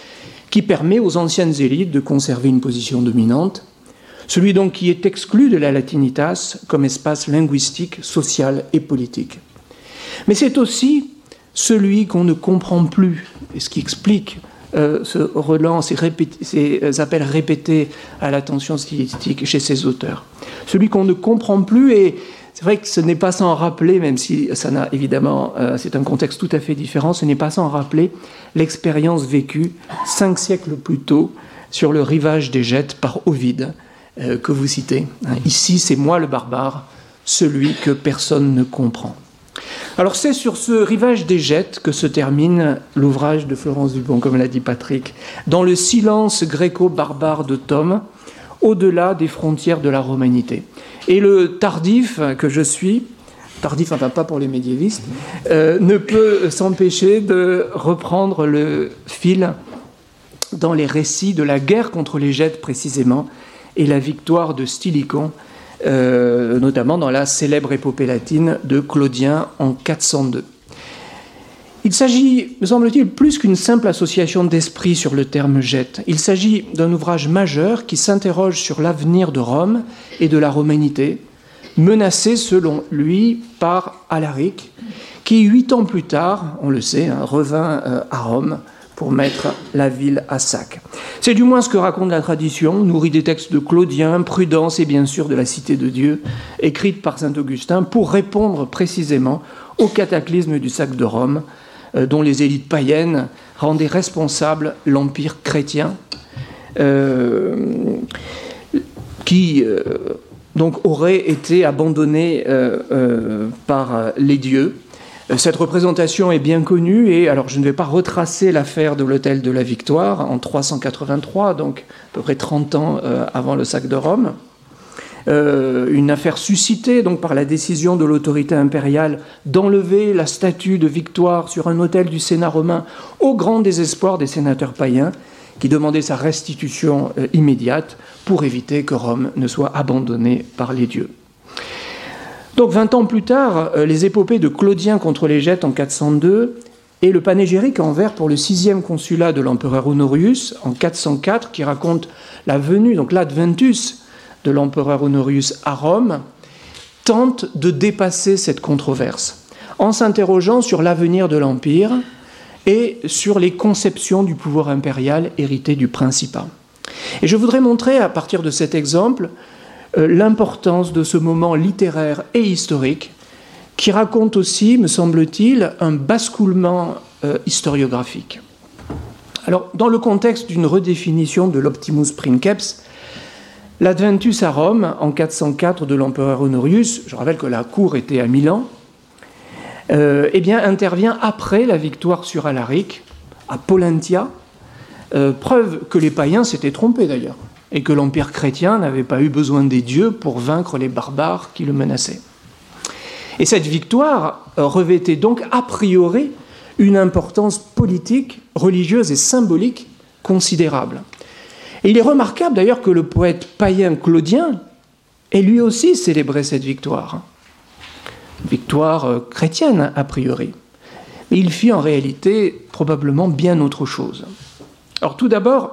qui permet aux anciennes élites de conserver une position dominante, celui donc qui est exclu de la latinitas comme espace linguistique, social et politique. Mais c'est aussi celui qu'on ne comprend plus, et ce qui explique euh, ce relan, ces, répété, ces appels répétés à l'attention stylistique chez ces auteurs. Celui qu'on ne comprend plus, et c'est vrai que ce n'est pas sans rappeler, même si ça n'a évidemment, euh, c'est un contexte tout à fait différent, ce n'est pas sans rappeler l'expérience vécue cinq siècles plus tôt sur le rivage des Gettes par Ovide, euh, que vous citez. Ici, c'est moi le barbare, celui que personne ne comprend. Alors c'est sur ce rivage des Gettes que se termine l'ouvrage de Florence Dupont, comme l'a dit Patrick, dans le silence gréco-barbare de Thome, au-delà des frontières de la romanité. Et le tardif que je suis, tardif enfin pas pour les médiévistes, euh, ne peut s'empêcher de reprendre le fil dans les récits de la guerre contre les Gettes précisément, et la victoire de Stylicon, Euh, notamment dans la célèbre épopée latine de Claudien en quatre cent deux. Il s'agit, me semble-t-il, plus qu'une simple association d'esprit sur le terme Gette. Il s'agit d'un ouvrage majeur qui s'interroge sur l'avenir de Rome et de la romanité, menacée selon lui par Alaric, qui huit ans plus tard, on le sait, hein, revint euh, à Rome pour mettre la ville à sac. C'est du moins ce que raconte la tradition, nourrie des textes de Claudien, Prudence et bien sûr de la Cité de Dieu, écrite par saint Augustin pour répondre précisément au cataclysme du sac de Rome, euh, dont les élites païennes rendaient responsable l'empire chrétien, euh, qui euh, donc aurait été abandonné euh, euh, par les dieux. Cette représentation est bien connue, et alors je ne vais pas retracer l'affaire de l'Hôtel de la Victoire en trois cent quatre-vingt-trois, donc à peu près trente ans euh, avant le sac de Rome. Euh, une affaire suscitée donc par la décision de l'autorité impériale d'enlever la statue de Victoire sur un autel du Sénat romain au grand désespoir des sénateurs païens qui demandaient sa restitution euh, immédiate pour éviter que Rome ne soit abandonnée par les dieux. Donc vingt ans plus tard, les épopées de Claudien contre les Gettes en quatre cent deux et le panégyrique en vers pour le sixième consulat de l'empereur Honorius en quatre cent quatre, qui raconte la venue, donc l'adventus de l'empereur Honorius à Rome, tentent de dépasser cette controverse en s'interrogeant sur l'avenir de l'Empire et sur les conceptions du pouvoir impérial hérité du Principat. Et je voudrais montrer, à partir de cet exemple, l'importance de ce moment littéraire et historique qui raconte aussi, me semble-t-il, un basculement euh, historiographique. Alors, dans le contexte d'une redéfinition de l'Optimus Princeps, l'Adventus à Rome, en quatre cent quatre de l'empereur Honorius, je rappelle que la cour était à Milan, euh, eh bien, intervient après la victoire sur Alaric, à Pollentia, euh, preuve que les païens s'étaient trompés d'ailleurs, et que l'Empire chrétien n'avait pas eu besoin des dieux pour vaincre les barbares qui le menaçaient. Et cette victoire revêtait donc a priori une importance politique, religieuse et symbolique considérable. Et il est remarquable d'ailleurs que le poète païen Claudien ait lui aussi célébré cette victoire. Victoire chrétienne a priori. Mais il fit en réalité probablement bien autre chose. Alors tout d'abord,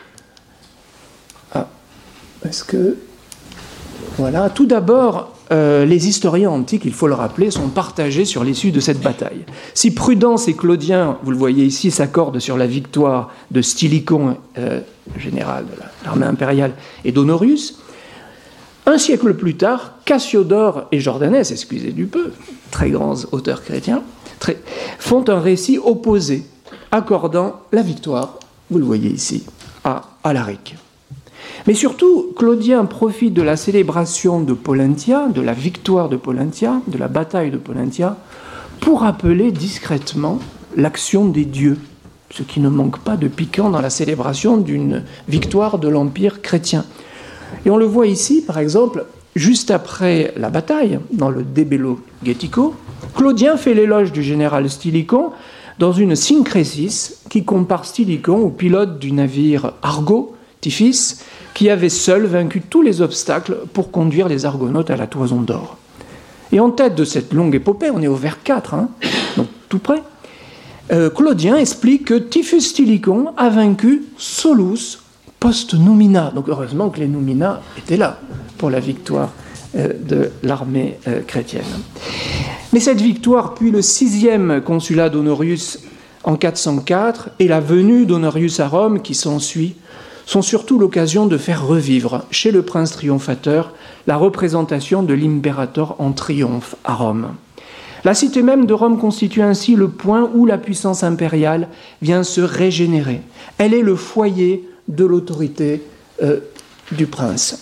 Est-ce que... Voilà. Tout d'abord, euh, les historiens antiques, il faut le rappeler, sont partagés sur l'issue de cette bataille. Si Prudence et Claudien, vous le voyez ici, s'accordent sur la victoire de Stylicon, euh, général de l'armée impériale, et d'Honorius, un siècle plus tard, Cassiodore et Jordanès, excusez du peu, très grands auteurs chrétiens, très, font un récit opposé, accordant la victoire, vous le voyez ici, à Alaric. Mais surtout, Claudien profite de la célébration de Pollentia, de la victoire de Pollentia, de la bataille de Pollentia, pour appeler discrètement l'action des dieux, ce qui ne manque pas de piquant dans la célébration d'une victoire de l'Empire chrétien. Et on le voit ici, par exemple, juste après la bataille, dans le De Bello Getico, Claudien fait l'éloge du général Stylicon dans une syncrésis qui compare Stylicon au pilote du navire Argo, Tiphys, qui avait seul vaincu tous les obstacles pour conduire les Argonautes à la Toison d'Or. Et en tête de cette longue épopée, on est au vers quatre, hein, donc tout près, euh, Claudien explique que Tiphys Stilicon a vaincu Solus post numina. Donc heureusement que les numina étaient là pour la victoire euh, de l'armée euh, chrétienne. Mais cette victoire, puis le sixième consulat d'Honorius en quatre cent quatre et la venue d'Honorius à Rome qui s'ensuit, sont surtout l'occasion de faire revivre chez le prince triomphateur la représentation de l'impérator en triomphe à Rome. La cité même de Rome constitue ainsi le point où la puissance impériale vient se régénérer. Elle est le foyer de l'autorité euh, du prince.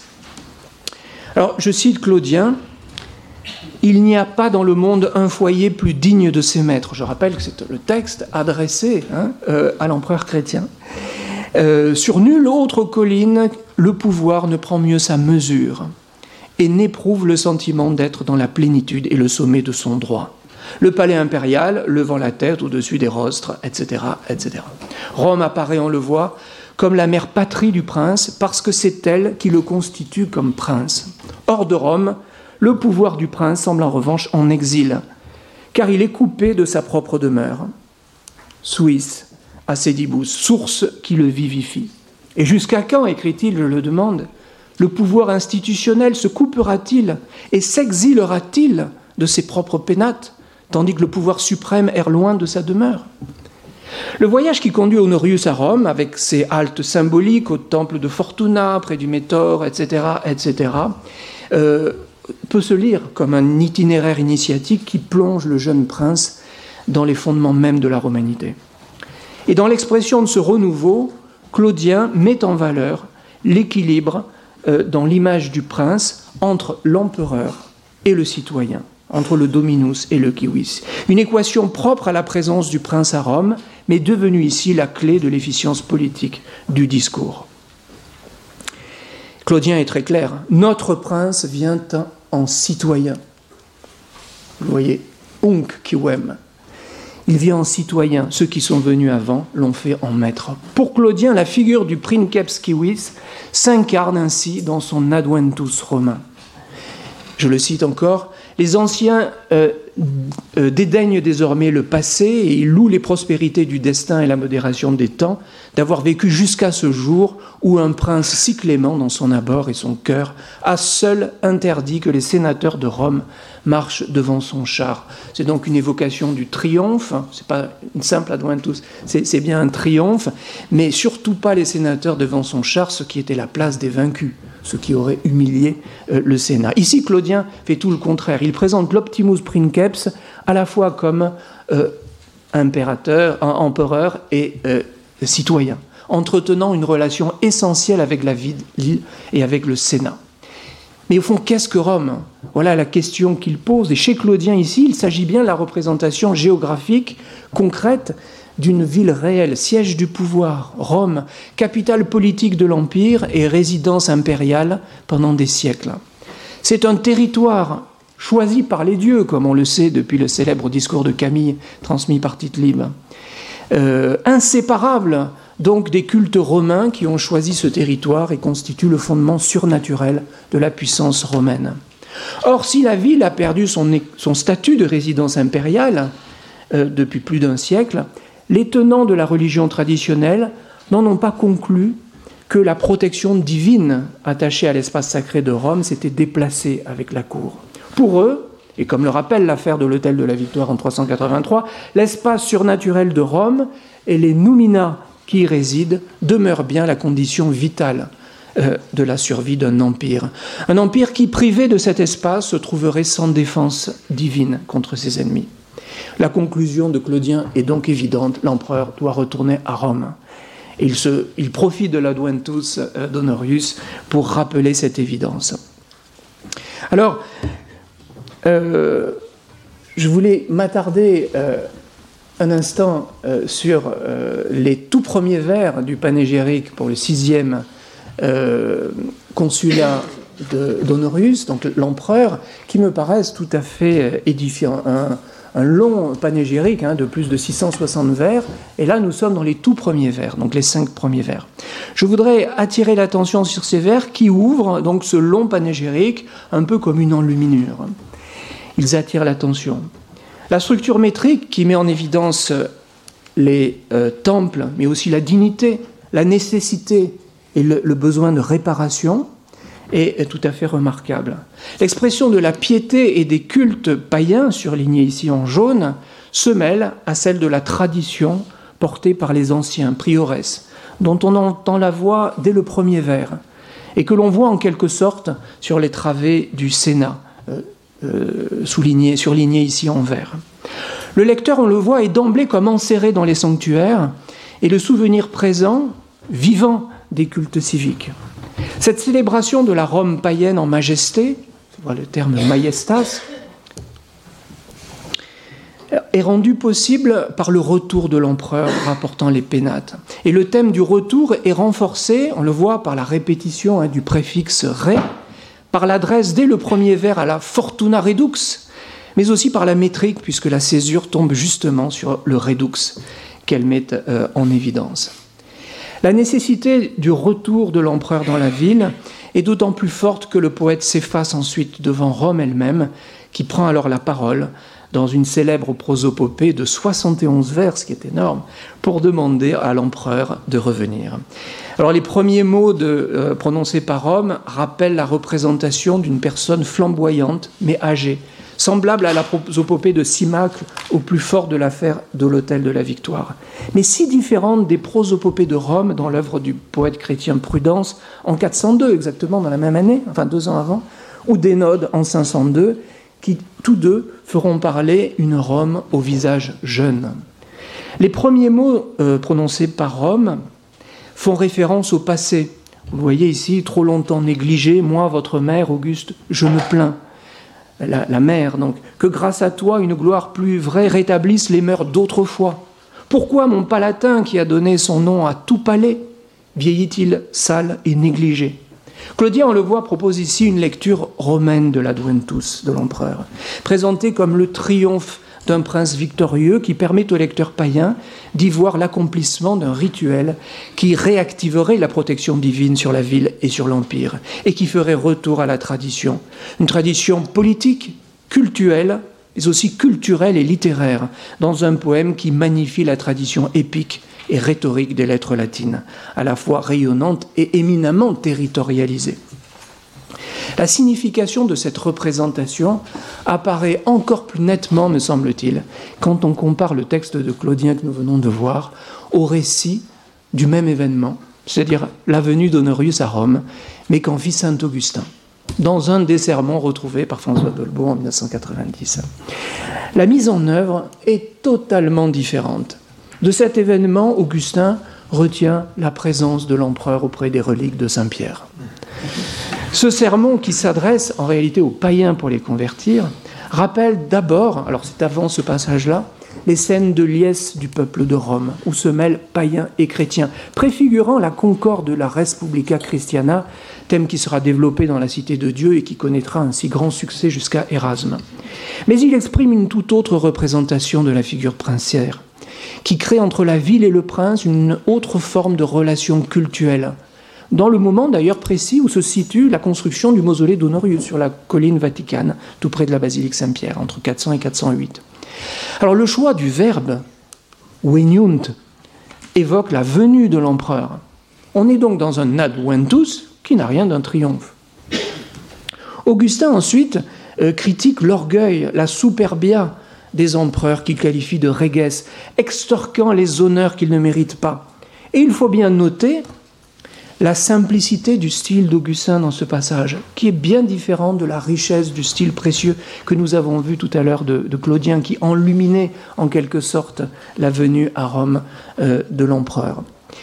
Alors, je cite Claudien, « Il n'y a pas dans le monde un foyer plus digne de ses maîtres. » Je rappelle que c'est le texte adressé hein, euh, à l'empereur chrétien. Euh, sur nulle autre colline, le pouvoir ne prend mieux sa mesure et n'éprouve le sentiment d'être dans la plénitude et le sommet de son droit. Le palais impérial, levant la tête au-dessus des rostres, et cetera, et cetera. Rome apparaît, on le voit, comme la mère patrie du prince, parce que c'est elle qui le constitue comme prince. Hors de Rome, le pouvoir du prince semble en revanche en exil, car il est coupé de sa propre demeure. Suis Acedibus, source qui le vivifie. Et jusqu'à quand, écrit-il, je le demande, le pouvoir institutionnel se coupera-t-il et s'exilera-t-il de ses propres pénates, tandis que le pouvoir suprême erre loin de sa demeure? Le voyage qui conduit Honorius à Rome, avec ses haltes symboliques au temple de Fortuna, près du Métaure, et cetera, et cetera, euh, peut se lire comme un itinéraire initiatique qui plonge le jeune prince dans les fondements mêmes de la romanité. Et dans l'expression de ce renouveau, Claudien met en valeur l'équilibre euh, dans l'image du prince entre l'empereur et le citoyen, entre le dominus et le civis. Une équation propre à la présence du prince à Rome, mais devenue ici la clé de l'efficience politique du discours. Claudien est très clair. Notre prince vient en citoyen. Vous voyez, unc quivem. Il vient en citoyen. Ceux qui sont venus avant l'ont fait en maître. Pour Claudien, la figure du princeps civis s'incarne ainsi dans son adventus romain. Je le cite encore. Les anciens euh, euh, dédaignent désormais le passé et ils louent les prospérités du destin et la modération des temps, d'avoir vécu jusqu'à ce jour où un prince si clément dans son abord et son cœur a seul interdit que les sénateurs de Rome marchent devant son char. C'est donc une évocation du triomphe, c'est pas une simple adventus, c'est, c'est bien un triomphe, mais surtout pas les sénateurs devant son char, ce qui était la place des vaincus, ce qui aurait humilié euh, le Sénat. Ici, Claudien fait tout le contraire. Il présente l'optimus princeps à la fois comme euh, impérateur, empereur et euh, citoyen, entretenant une relation essentielle avec la ville et avec le Sénat. Mais au fond, qu'est-ce que Rome? Voilà la question qu'il pose. Et chez Claudien, ici, il s'agit bien de la représentation géographique concrète d'une ville réelle, siège du pouvoir, Rome, capitale politique de l'Empire et résidence impériale pendant des siècles. C'est un territoire choisi par les dieux, comme on le sait depuis le célèbre discours de Camille, transmis par Tite Libe. Euh, inséparable donc des cultes romains qui ont choisi ce territoire et constituent le fondement surnaturel de la puissance romaine. Or, si la ville a perdu son, son statut de résidence impériale euh, depuis plus d'un siècle, les tenants de la religion traditionnelle n'en ont pas conclu que la protection divine attachée à l'espace sacré de Rome s'était déplacée avec la cour. Pour eux, et comme le rappelle l'affaire de l'Hôtel de la Victoire en trois cent quatre-vingt-trois, l'espace surnaturel de Rome et les noumina qui y résident demeurent bien la condition vitale euh, de la survie d'un empire. Un empire qui, privé de cet espace, se trouverait sans défense divine contre ses ennemis. La conclusion de Claudien est donc évidente, l'empereur doit retourner à Rome. Et il, se, il profite de l'adventus d'Honorius pour rappeler cette évidence. Alors, euh, je voulais m'attarder euh, un instant euh, sur euh, les tout premiers vers du panégyrique pour le sixième euh, consulat de, d'Honorius, donc l'empereur, qui me paraissent tout à fait édifiants. Un, un long panégyrique hein, de plus de six cent soixante vers, et là nous sommes dans les tout premiers vers, donc les cinq premiers vers. Je voudrais attirer l'attention sur ces vers qui ouvrent donc ce long panégyrique un peu comme une enluminure. Ils attirent l'attention. La structure métrique qui met en évidence les euh, temples, mais aussi la dignité, la nécessité et le, le besoin de réparation est, est tout à fait remarquable. L'expression de la piété et des cultes païens, surlignés ici en jaune, se mêle à celle de la tradition portée par les anciens priores, dont on entend la voix dès le premier vers, et que l'on voit en quelque sorte sur les travées du Sénat, euh, euh, souligné, surligné ici en vert. Le lecteur, on le voit, est d'emblée comme enserré dans les sanctuaires, et le souvenir présent, vivant des cultes civiques. Cette célébration de la Rome païenne en majesté, on voit le terme majestas, est rendue possible par le retour de l'empereur rapportant les pénates. Et le thème du retour est renforcé, on le voit par la répétition hein, du préfixe « ré », par l'adresse dès le premier vers à la « fortuna redux », mais aussi par la métrique, puisque la césure tombe justement sur le redux qu'elle met euh, en évidence. La nécessité du retour de l'empereur dans la ville est d'autant plus forte que le poète s'efface ensuite devant Rome elle-même, qui prend alors la parole dans une célèbre prosopopée de soixante et onze vers, ce qui est énorme, pour demander à l'empereur de revenir. Alors les premiers mots de, euh, prononcés par Rome rappellent la représentation d'une personne flamboyante, mais âgée, semblable à la prosopopée de Symacle au plus fort de l'affaire de l'Hôtel de la Victoire, mais si différente des prosopopées de Rome dans l'œuvre du poète chrétien Prudence en quatre cent deux, exactement dans la même année, enfin deux ans avant, ou d'Hénode en cinq cent deux, qui tous deux feront parler une Rome au visage jeune. Les premiers mots euh, prononcés par Rome font référence au passé. Vous voyez ici, trop longtemps négligé, moi, votre mère, Auguste, je me plains. La, la mère, donc, que grâce à toi, une gloire plus vraie rétablisse les mœurs d'autrefois. Pourquoi mon palatin, qui a donné son nom à tout palais, vieillit-il sale et négligé ? Claudien, on le voit, propose ici une lecture romaine de l'Adventus de l'empereur, présentée comme le triomphe d'un prince victorieux qui permet au lecteur païen d'y voir l'accomplissement d'un rituel qui réactiverait la protection divine sur la ville et sur l'empire, et qui ferait retour à la tradition. Une tradition politique, cultuelle, mais aussi culturelle et littéraire, dans un poème qui magnifie la tradition épique et rhétorique des lettres latines, à la fois rayonnante et éminemment territorialisée. La signification de cette représentation apparaît encore plus nettement, me semble-t-il, quand on compare le texte de Claudien que nous venons de voir au récit du même événement, c'est-à-dire la venue d'Honorius à Rome, mais qu'en fit saint Augustin, dans un des sermons retrouvés par François Dolbeau en mille neuf cent quatre-vingt-dix. La mise en œuvre est totalement différente. De cet événement, Augustin retient la présence de l'empereur auprès des reliques de Saint-Pierre. Ce sermon, qui s'adresse en réalité aux païens pour les convertir, rappelle d'abord, alors c'est avant ce passage-là, les scènes de liesse du peuple de Rome, où se mêlent païens et chrétiens, préfigurant la concorde de la Res Publica Christiana, thème qui sera développé dans la Cité de Dieu et qui connaîtra un si grand succès jusqu'à Érasme. Mais il exprime une toute autre représentation de la figure princière, qui crée entre la ville et le prince une autre forme de relation cultuelle, dans le moment d'ailleurs précis où se situe la construction du mausolée d'Honorius sur la colline Vaticane, tout près de la basilique Saint-Pierre, entre quatre cents et quatre cent huit. Alors le choix du verbe « veniunt » évoque la venue de l'empereur. On est donc dans un adventus qui n'a rien d'un triomphe. Augustin ensuite euh, critique l'orgueil, la superbia des empereurs qu'il qualifie de reges, extorquant les honneurs qu'ils ne méritent pas. Et il faut bien noter la simplicité du style d'Augustin dans ce passage, qui est bien différente de la richesse du style précieux que nous avons vu tout à l'heure de, de Claudien, qui enluminait en quelque sorte la venue à Rome euh, de l'empereur.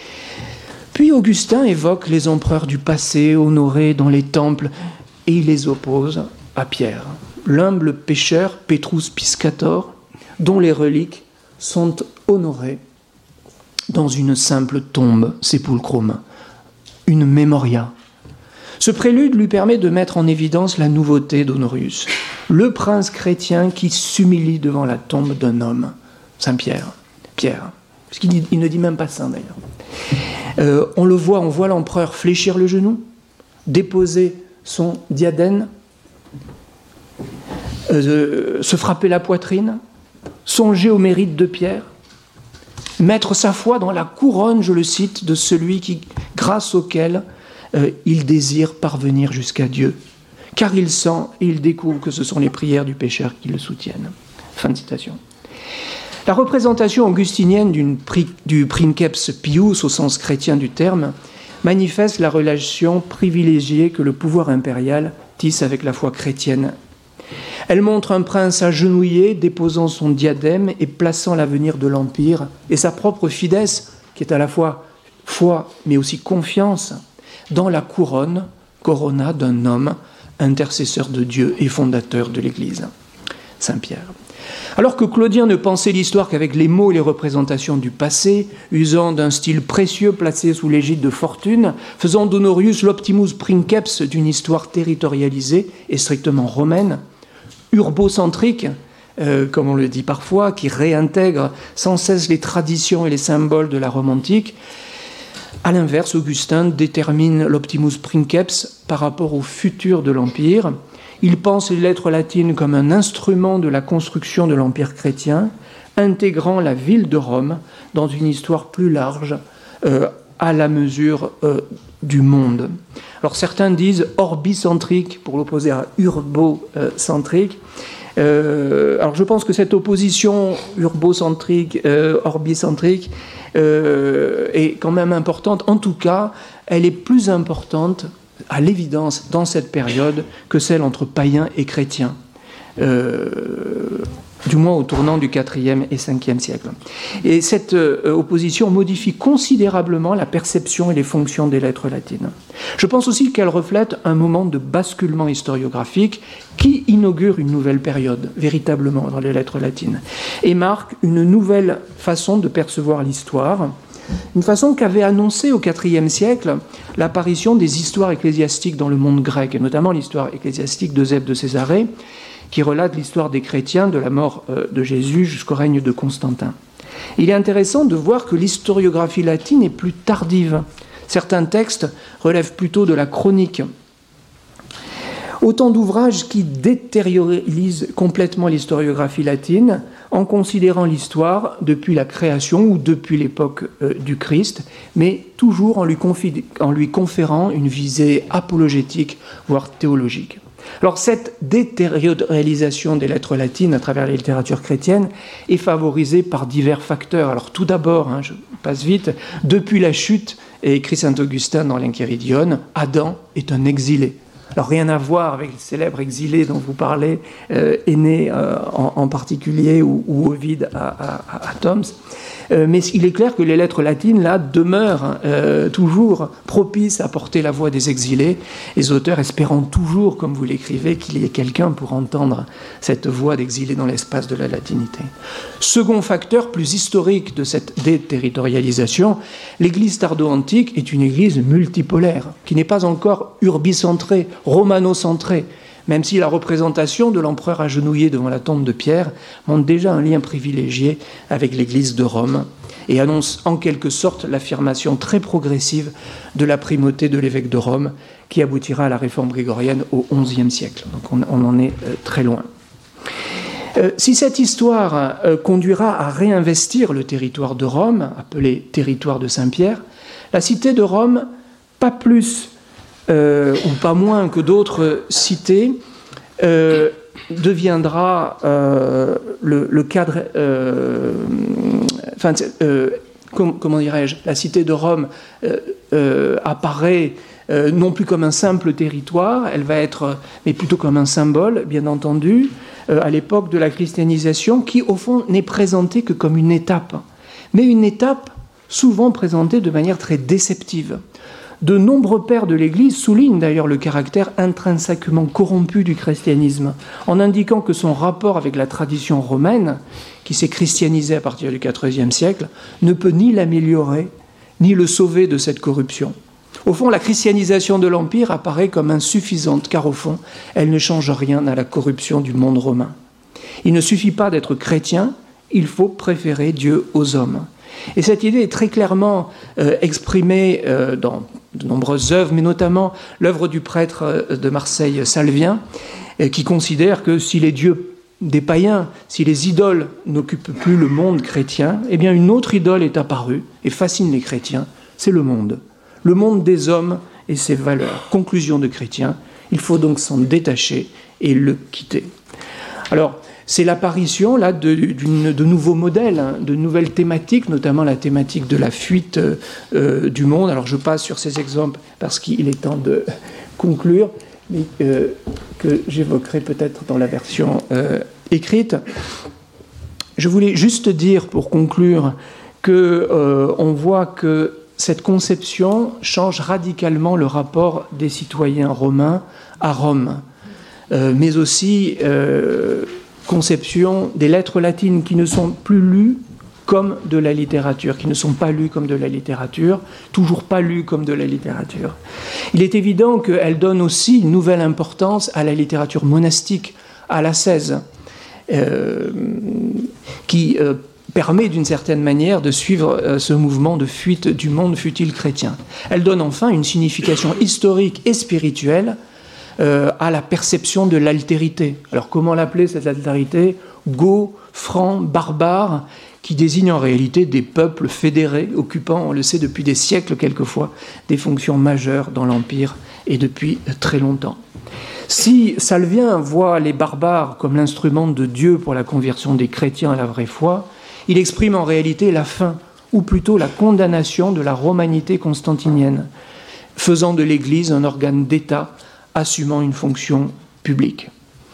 Puis Augustin évoque les empereurs du passé, honorés dans les temples, et il les oppose à Pierre, l'humble pécheur Petrus Piscator, dont les reliques sont honorées dans une simple tombe, sépulcrum, une memoria. Ce prélude lui permet de mettre en évidence la nouveauté d'Honorius, le prince chrétien qui s'humilie devant la tombe d'un homme, Saint Pierre, Pierre, parce qu'il il ne dit même pas saint d'ailleurs. Euh, on le voit, on voit l'empereur fléchir le genou, déposer son diadème, euh, se frapper la poitrine, songer au mérite de Pierre. Mettre sa foi dans la couronne, je le cite, de celui qui, grâce auquel euh, il désire parvenir jusqu'à Dieu. Car il sent et il découvre que ce sont les prières du pécheur qui le soutiennent. Fin de citation. La représentation augustinienne d'une, du princeps pius, au sens chrétien du terme, manifeste la relation privilégiée que le pouvoir impérial tisse avec la foi chrétienne. Elle montre un prince agenouillé, déposant son diadème et plaçant l'avenir de l'Empire et sa propre fides, qui est à la fois foi mais aussi confiance, dans la couronne, corona d'un homme, intercesseur de Dieu et fondateur de l'Église, Saint Pierre. Alors que Claudien ne pensait l'histoire qu'avec les mots et les représentations du passé, usant d'un style précieux placé sous l'égide de Fortune, faisant d'Honorius l'optimus princeps d'une histoire territorialisée et strictement romaine, urbocentrique, euh, comme on le dit parfois, qui réintègre sans cesse les traditions et les symboles de la Rome antique, à l'inverse, Augustin détermine l'optimus princeps par rapport au futur de l'Empire. Il pense les lettres latines comme un instrument de la construction de l'Empire chrétien, intégrant la ville de Rome dans une histoire plus large, euh, à la mesure euh, du monde. Alors certains disent orbicentrique pour l'opposer à urbocentrique. Euh, alors je pense que cette opposition urbocentrique, euh, orbicentrique euh, est quand même importante. En tout cas, elle est plus importante à l'évidence dans cette période que celle entre païens et chrétiens, euh, du moins au tournant du quatrième et cinquième siècle. Et cette euh, opposition modifie considérablement la perception et les fonctions des lettres latines. Je pense aussi qu'elle reflète un moment de basculement historiographique qui inaugure une nouvelle période, véritablement, dans les lettres latines, et marque une nouvelle façon de percevoir l'histoire, une façon qu'avait annoncée au quatrième siècle l'apparition des histoires ecclésiastiques dans le monde grec, et notamment l'histoire ecclésiastique d'Eusèbe de Césarée, qui relate l'histoire des chrétiens de la mort de Jésus jusqu'au règne de Constantin. Il est intéressant de voir que l'historiographie latine est plus tardive. Certains textes relèvent plutôt de la chronique. Autant d'ouvrages qui détériorisent complètement l'historiographie latine en considérant l'histoire depuis la création ou depuis l'époque euh, du Christ, mais toujours en lui, confi- en lui conférant une visée apologétique, voire théologique. Alors cette détériorisation des lettres latines à travers la littérature chrétienne est favorisée par divers facteurs. Alors tout d'abord, hein, je passe vite, depuis la chute, et écrit saint Augustin dans l'Enchiridion, Adam est un exilé. Alors rien à voir avec le célèbre exilé dont vous parlez, euh, Énée euh, en, en particulier, ou, ou Ovide à, à, à Toms. Euh, mais il est clair que les lettres latines, là, demeurent euh, toujours propices à porter la voix des exilés, les auteurs espérant toujours, comme vous l'écrivez, qu'il y ait quelqu'un pour entendre cette voix d'exilé dans l'espace de la latinité. Second facteur plus historique de cette déterritorialisation, l'Église tardo-antique est une Église multipolaire, qui n'est pas encore urbicentrée, romano-centrée, même si la représentation de l'empereur agenouillé devant la tombe de Pierre montre déjà un lien privilégié avec l'Église de Rome et annonce en quelque sorte l'affirmation très progressive de la primauté de l'évêque de Rome qui aboutira à la réforme grégorienne au onzième siècle. Donc on, on en est euh, très loin. Euh, si cette histoire euh, conduira à réinvestir le territoire de Rome, appelé territoire de Saint-Pierre, la cité de Rome, pas plus Euh, ou pas moins que d'autres cités, euh, deviendra euh, le, le cadre, euh, enfin, euh, com, comment dirais-je, la cité de Rome euh, euh, apparaît euh, non plus comme un simple territoire, elle va être, mais plutôt comme un symbole, bien entendu, euh, à l'époque de la christianisation, qui au fond n'est présentée que comme une étape, mais une étape souvent présentée de manière très déceptive. De nombreux pères de l'Église soulignent d'ailleurs le caractère intrinsèquement corrompu du christianisme, en indiquant que son rapport avec la tradition romaine, qui s'est christianisée à partir du quatorzième siècle, ne peut ni l'améliorer, ni le sauver de cette corruption. Au fond, la christianisation de l'Empire apparaît comme insuffisante, car au fond, elle ne change rien à la corruption du monde romain. Il ne suffit pas d'être chrétien, il faut préférer Dieu aux hommes. Et cette idée est très clairement euh, exprimée euh, dans de nombreuses œuvres, mais notamment l'œuvre du prêtre de Marseille, Salvien, euh, qui considère que si les dieux des païens, si les idoles n'occupent plus le monde chrétien, eh bien une autre idole est apparue et fascine les chrétiens, c'est le monde. Le monde des hommes et ses valeurs. Conclusion de Chrétien, il faut donc s'en détacher et le quitter. Alors, c'est l'apparition là de, d'une, de nouveaux modèles, hein, de nouvelles thématiques, notamment la thématique de la fuite euh, du monde. Alors je passe sur ces exemples parce qu'il est temps de conclure, mais euh, que j'évoquerai peut-être dans la version euh, écrite. Je voulais juste dire, pour conclure, qu'on euh, voit que cette conception change radicalement le rapport des citoyens romains à Rome, euh, mais aussi euh, conception des lettres latines qui ne sont plus lues comme de la littérature, qui ne sont pas lues comme de la littérature, toujours pas lues comme de la littérature. Il est évident qu'elle donne aussi une nouvelle importance à la littérature monastique, à l'ascèse, euh, qui euh, permet d'une certaine manière de suivre euh, ce mouvement de fuite du monde fut-il chrétien. Elle donne enfin une signification historique et spirituelle euh, à la perception de l'altérité. Alors comment l'appeler cette altérité ? Goths, francs, barbares, qui désignent en réalité des peuples fédérés, occupant, on le sait depuis des siècles quelquefois, des fonctions majeures dans l'Empire et depuis très longtemps. Si Salvien voit les barbares comme l'instrument de Dieu pour la conversion des chrétiens à la vraie foi, il exprime en réalité la fin, ou plutôt la condamnation de la romanité constantinienne, faisant de l'Église un organe d'État assumant une fonction publique.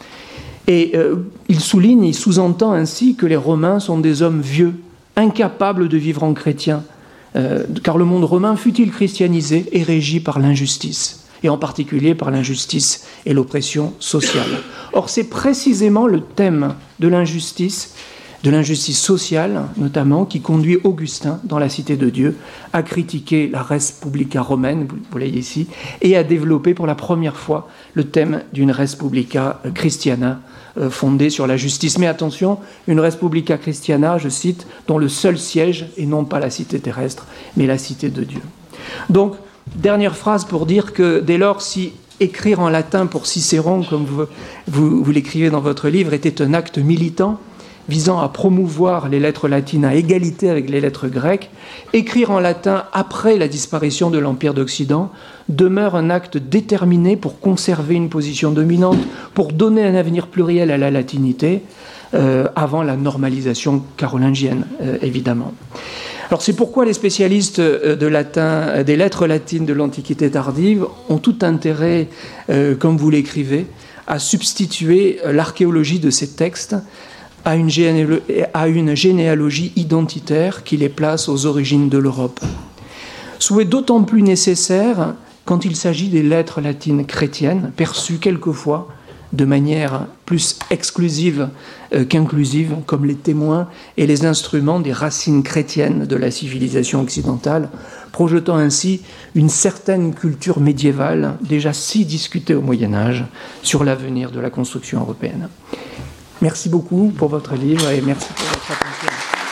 Et euh, il souligne, il sous-entend ainsi que les Romains sont des hommes vieux, incapables de vivre en chrétiens, euh, car le monde romain, fut-il christianisé, est régi par l'injustice, et en particulier par l'injustice et l'oppression sociale. Or, c'est précisément le thème de l'injustice, de l'injustice sociale notamment, qui conduit Augustin, dans la Cité de Dieu, à critiquer la res publica romaine, vous l'avez ici, et à développer pour la première fois le thème d'une res publica christiana, fondée sur la justice. Mais attention, une res publica christiana, je cite, dont le seul siège est non pas la cité terrestre, mais la Cité de Dieu. Donc, dernière phrase pour dire que dès lors, si écrire en latin pour Cicéron, comme vous, vous, vous l'écrivez dans votre livre, était un acte militant, visant à promouvoir les lettres latines à égalité avec les lettres grecques, écrire en latin après la disparition de l'Empire d'Occident demeure un acte déterminé pour conserver une position dominante, pour donner un avenir pluriel à la latinité, euh, avant la normalisation carolingienne, euh, évidemment. Alors c'est pourquoi les spécialistes de latin, des lettres latines de l'Antiquité tardive ont tout intérêt, euh, comme vous l'écrivez, à substituer l'archéologie de ces textes à une, généalo- à une généalogie identitaire qui les place aux origines de l'Europe. Souhait d'autant plus nécessaire quand il s'agit des lettres latines chrétiennes, perçues quelquefois de manière plus exclusive euh, qu'inclusive, comme les témoins et les instruments des racines chrétiennes de la civilisation occidentale, projetant ainsi une certaine culture médiévale, déjà si discutée au Moyen-Âge, sur l'avenir de la construction européenne. Merci beaucoup pour votre livre et merci pour votre attention.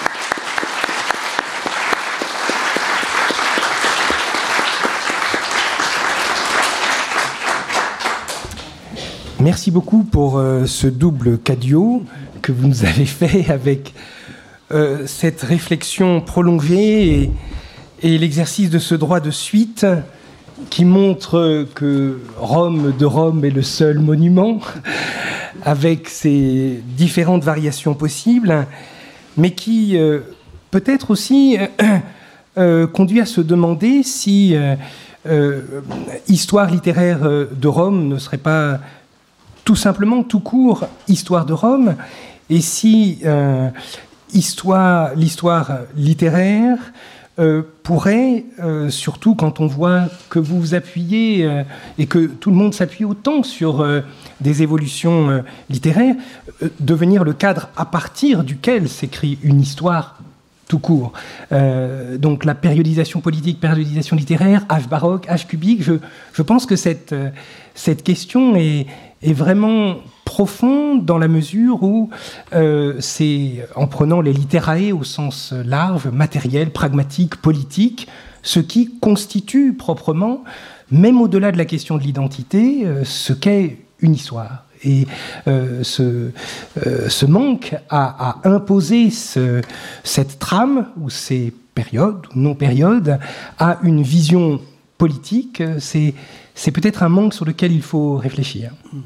Merci beaucoup pour euh, ce double cadio que vous nous avez fait avec euh, cette réflexion prolongée et, et l'exercice de ce droit de suite qui montre que Rome de Rome est le seul monument avec ses différentes variations possibles, mais qui euh, peut-être aussi euh, euh, conduit à se demander si euh, euh, histoire littéraire de Rome ne serait pas tout simplement, tout court, histoire de Rome, et si euh, histoire, l'histoire littéraire euh, pourrait, euh, surtout quand on voit que vous vous appuyez euh, et que tout le monde s'appuie autant sur euh, des évolutions euh, littéraires, euh, devenir le cadre à partir duquel s'écrit une histoire tout court. Euh, donc la périodisation politique, périodisation littéraire, âge baroque, âge cubique, je, je pense que cette, euh, cette question est, est vraiment profonde dans la mesure où euh, c'est, en prenant les litterae au sens large, matériel, pragmatique, politique, ce qui constitue proprement, même au-delà de la question de l'identité, euh, ce qu'est une histoire. Et euh, ce, euh, ce manque à, à imposer ce, cette trame, ou ces périodes, ou non-périodes, à une vision politique, c'est, c'est peut-être un manque sur lequel il faut réfléchir. Je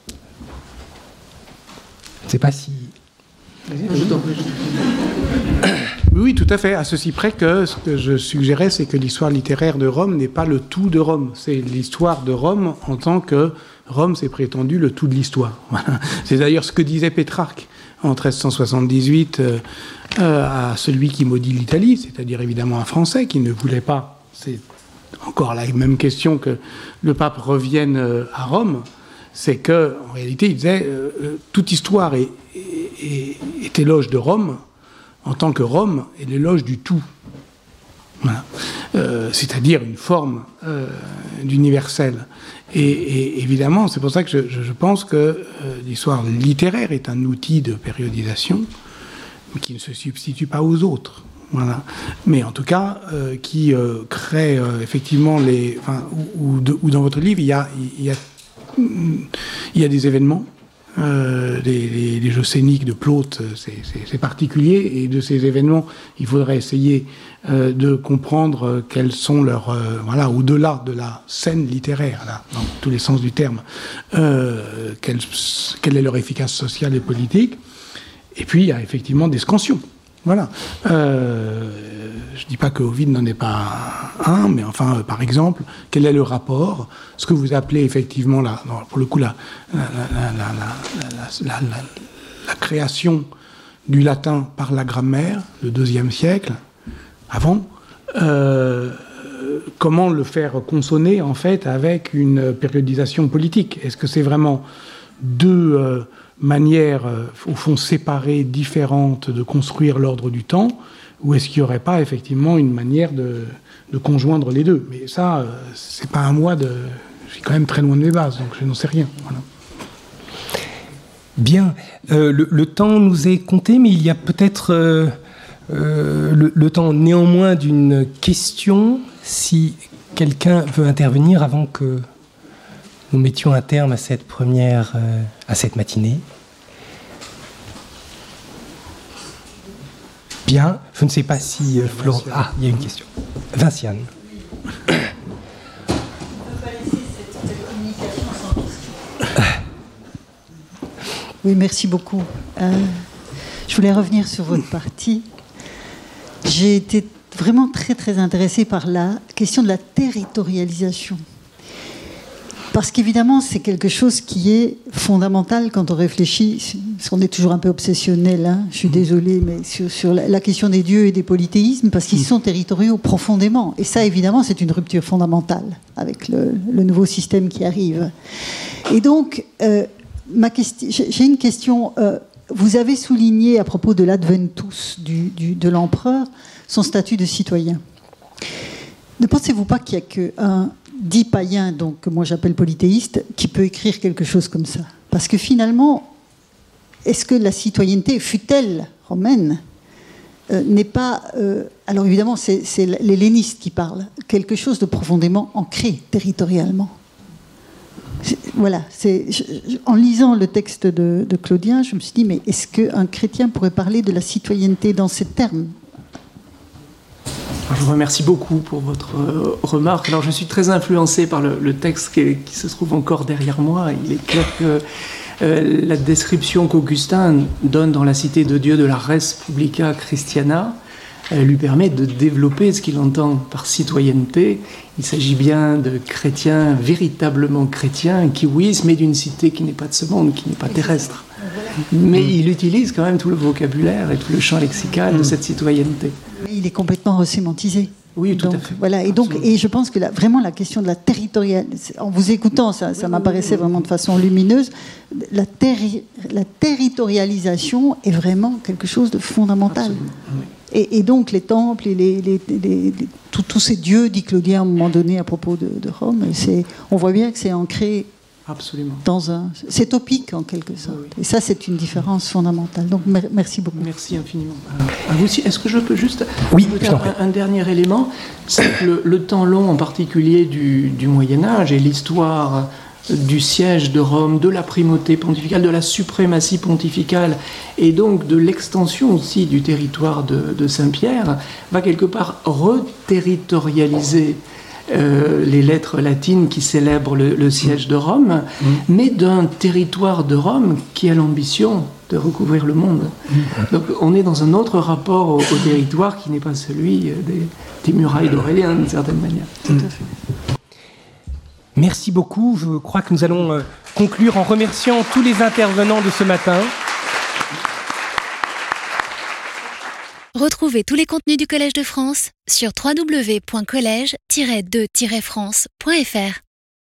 ne sais pas si... Oui, oui, tout à fait. À ceci près que ce que je suggérais, c'est que l'histoire littéraire de Rome n'est pas le tout de Rome. C'est l'histoire de Rome en tant que Rome, c'est prétendu le tout de l'histoire. Voilà. C'est d'ailleurs ce que disait Pétrarque en treize cent soixante-dix-huit euh, euh, à celui qui maudit l'Italie, c'est-à-dire évidemment un Français qui ne voulait pas. C'est encore la même question que le pape revienne euh, à Rome. C'est que, en réalité, il disait euh, toute histoire est, est, est éloge de Rome, en tant que Rome est l'éloge du tout. Voilà. Euh, c'est-à-dire une forme euh, d'universel. Et, et évidemment, c'est pour ça que je, je pense que euh, l'histoire littéraire est un outil de périodisation qui ne se substitue pas aux autres. Voilà. Mais en tout cas, euh, qui euh, crée euh, effectivement les... Enfin, ou, ou, de, ou dans votre livre, il y a, il y a, il y a des événements. Euh, les, les, les jeux scéniques de Plaute, c'est, c'est, c'est particulier, et de ces événements, il faudrait essayer euh, de comprendre quels sont leurs... Euh, voilà, au-delà de la scène littéraire, là, dans tous les sens du terme, euh, quelle, quelle est leur efficace sociale et politique. Et puis, il y a effectivement des scansions. Voilà. Euh, je ne dis pas que Ovide n'en est pas un, mais enfin, euh, par exemple, quel est le rapport, ce que vous appelez effectivement, la, non, pour le coup, la, la, la, la, la, la, la, la création du latin par la grammaire, le deuxième siècle, avant, euh, comment le faire consonner, en fait, avec une périodisation politique? Est-ce que c'est vraiment deux... Euh, manière, euh, au fond, séparée, différente de construire l'ordre du temps, ou est-ce qu'il n'y aurait pas, effectivement, une manière de, de conjoindre les deux? Mais ça, euh, c'est pas à moi de... Je suis quand même très loin de mes bases, donc je n'en sais rien. Voilà. Bien. Euh, le, le temps nous est compté, mais il y a peut-être euh, euh, le, le temps, néanmoins, d'une question, si quelqu'un veut intervenir avant que... nous mettions un terme à cette première, euh, à cette matinée. Bien, je ne sais pas si euh, Florent... Ah, il y a une question. Vinciane. Oui, merci beaucoup. Euh, je voulais revenir sur votre partie. J'ai été vraiment très, très intéressée par la question de la territorialisation. Parce qu'évidemment, c'est quelque chose qui est fondamental quand on réfléchit, parce qu'on est toujours un peu obsessionnel, hein, je suis désolée, mais sur, sur la, la question des dieux et des polythéismes, parce qu'ils sont territoriaux profondément. Et ça, évidemment, c'est une rupture fondamentale avec le, le nouveau système qui arrive. Et donc, euh, ma question, j'ai une question. Euh, vous avez souligné, à propos de l'adventus du, du, de l'empereur, son statut de citoyen. Ne pensez-vous pas qu'il n'y a qu'un dit païen, donc que moi j'appelle polythéiste, qui peut écrire quelque chose comme ça? Parce que finalement, est-ce que la citoyenneté, fût-elle romaine, euh, n'est pas... Euh, alors évidemment, c'est, c'est l'helléniste qui parle, quelque chose de profondément ancré territorialement. C'est, voilà, c'est, je, je, en lisant le texte de, de Claudien, je me suis dit, mais est-ce qu'un chrétien pourrait parler de la citoyenneté dans ces termes? Je vous remercie beaucoup pour votre euh, remarque. Alors, je suis très influencé par le, le texte qui, qui se trouve encore derrière moi. Il est clair que euh, la description qu'Augustin donne dans La Cité de Dieu de la res publica Christiana euh, lui permet de développer ce qu'il entend par citoyenneté. Il s'agit bien de chrétiens véritablement chrétiens qui, oui, se met d'une cité qui n'est pas de ce monde, qui n'est pas terrestre. Mais il utilise quand même tout le vocabulaire et tout le champ lexical de cette citoyenneté. Il est complètement resémantisé. Oui, tout donc, à fait. Voilà, et, donc, et je pense que la, vraiment la question de la territorialisation, en vous écoutant, ça, ça m'apparaissait vraiment de façon lumineuse, la, terri, la territorialisation est vraiment quelque chose de fondamental. Oui. Et, et donc les temples et les, les, les, les, tous, tous ces dieux, dit Claudien à un moment donné à propos de, de Rome, c'est, on voit bien que c'est ancré. Absolument. Dans un, c'est topique en quelque sorte. Oui, oui. Et ça, c'est une différence fondamentale. Donc, mer- merci beaucoup. Merci infiniment. À vous aussi. Est-ce que je peux juste oui, dire un, un dernier élément? C'est que le, le temps long, en particulier du, du Moyen Âge et l'histoire du siège de Rome, de la primauté pontificale, de la suprématie pontificale, et donc de l'extension aussi du territoire de, de Saint-Pierre, va quelque part reterritorialiser euh, les lettres latines qui célèbrent le, le siège de Rome, mmh. mais d'un territoire de Rome qui a l'ambition de recouvrir le monde. Mmh. Donc on est dans un autre rapport au, au territoire qui n'est pas celui des, des murailles d'Aurélien, d'une certaine manière. Tout à fait. Merci beaucoup. Je crois que nous allons conclure en remerciant tous les intervenants de ce matin. Retrouvez tous les contenus du Collège de France sur w w w point collège tiret de tiret france point f r.